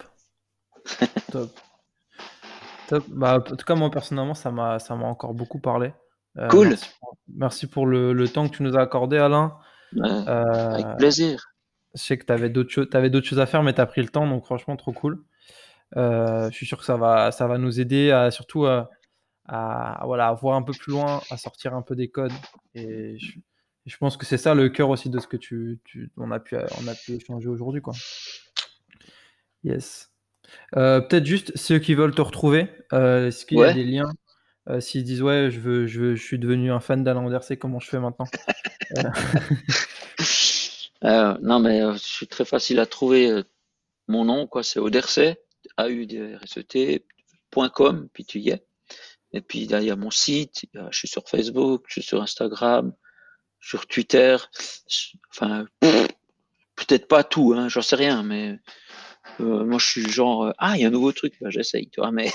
[SPEAKER 2] Top. Bah, en tout cas, moi, personnellement, ça m'a encore beaucoup parlé.
[SPEAKER 1] Cool.
[SPEAKER 2] Merci pour le temps que tu nous as accordé, Alain.
[SPEAKER 1] Ouais, avec plaisir.
[SPEAKER 2] Je sais que tu avais d'autres choses à faire, mais tu as pris le temps, donc franchement, trop cool. Je suis sûr que ça va nous aider surtout à voir un peu plus loin, à sortir un peu des codes. Et je pense que c'est ça le cœur aussi de ce que on a pu échanger aujourd'hui, quoi. Yes. Peut-être juste ceux qui veulent te retrouver, est-ce qu'il y a des liens s'ils disent ouais, je suis devenu un fan d'Alain Andersé, comment je fais maintenant?
[SPEAKER 1] Non, mais je suis très facile à trouver. Mon nom, quoi, c'est Auderset, AUDRSET.com, puis tu y es. Et puis là, il y a mon site, je suis sur Facebook, je suis sur Instagram, sur Twitter. Enfin, peut-être pas tout, hein, j'en sais rien, mais moi je suis genre, il y a un nouveau truc, bah, j'essaye, tu vois, mais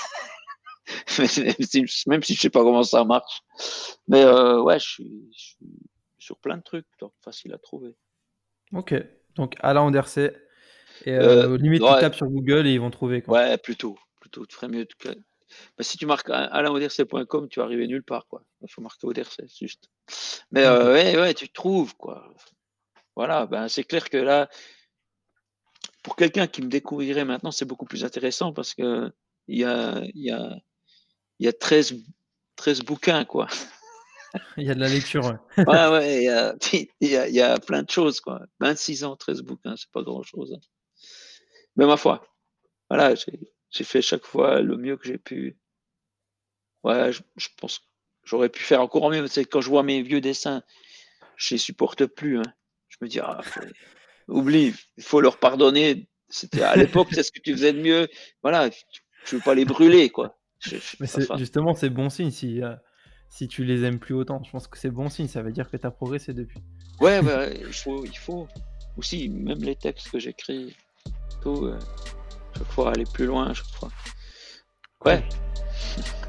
[SPEAKER 1] même si je sais pas comment ça marche. Mais ouais, je suis sur plein de trucs, donc facile à trouver.
[SPEAKER 2] Ok, donc Alain Andersé, et limite tu tapes sur Google et ils vont trouver, quoi.
[SPEAKER 1] Ouais, plutôt, tu ferais mieux. Bah, si tu marques alainauderset.com, tu vas arriver nulle part, quoi. Il faut marquer Auderset, juste. Mais ouais, tu trouves, quoi. Voilà, ben c'est clair que là, pour quelqu'un qui me découvrirait maintenant, c'est beaucoup plus intéressant parce que il y a 13 bouquins, quoi.
[SPEAKER 2] Il y a de la lecture.
[SPEAKER 1] Ouais, il y a plein de choses, quoi. 26 ans, 13 bouquins, c'est pas grand-chose. Hein. Mais ma foi, voilà, j'ai fait chaque fois le mieux que j'ai pu. Ouais, je pense que j'aurais pu faire encore mieux. C'est quand je vois mes vieux dessins, je les supporte plus. Hein. Je me dis, oublie, il faut leur pardonner. C'était à l'époque, c'est ce que tu faisais de mieux. Voilà, je veux pas les brûler, quoi.
[SPEAKER 2] Mais justement, c'est bon signe si tu les aimes plus autant. Je pense que c'est bon signe. Ça veut dire que tu as progressé depuis.
[SPEAKER 1] Ouais, il faut aussi, même les textes que j'écris, tout, chaque fois aller plus loin, chaque fois. Ouais.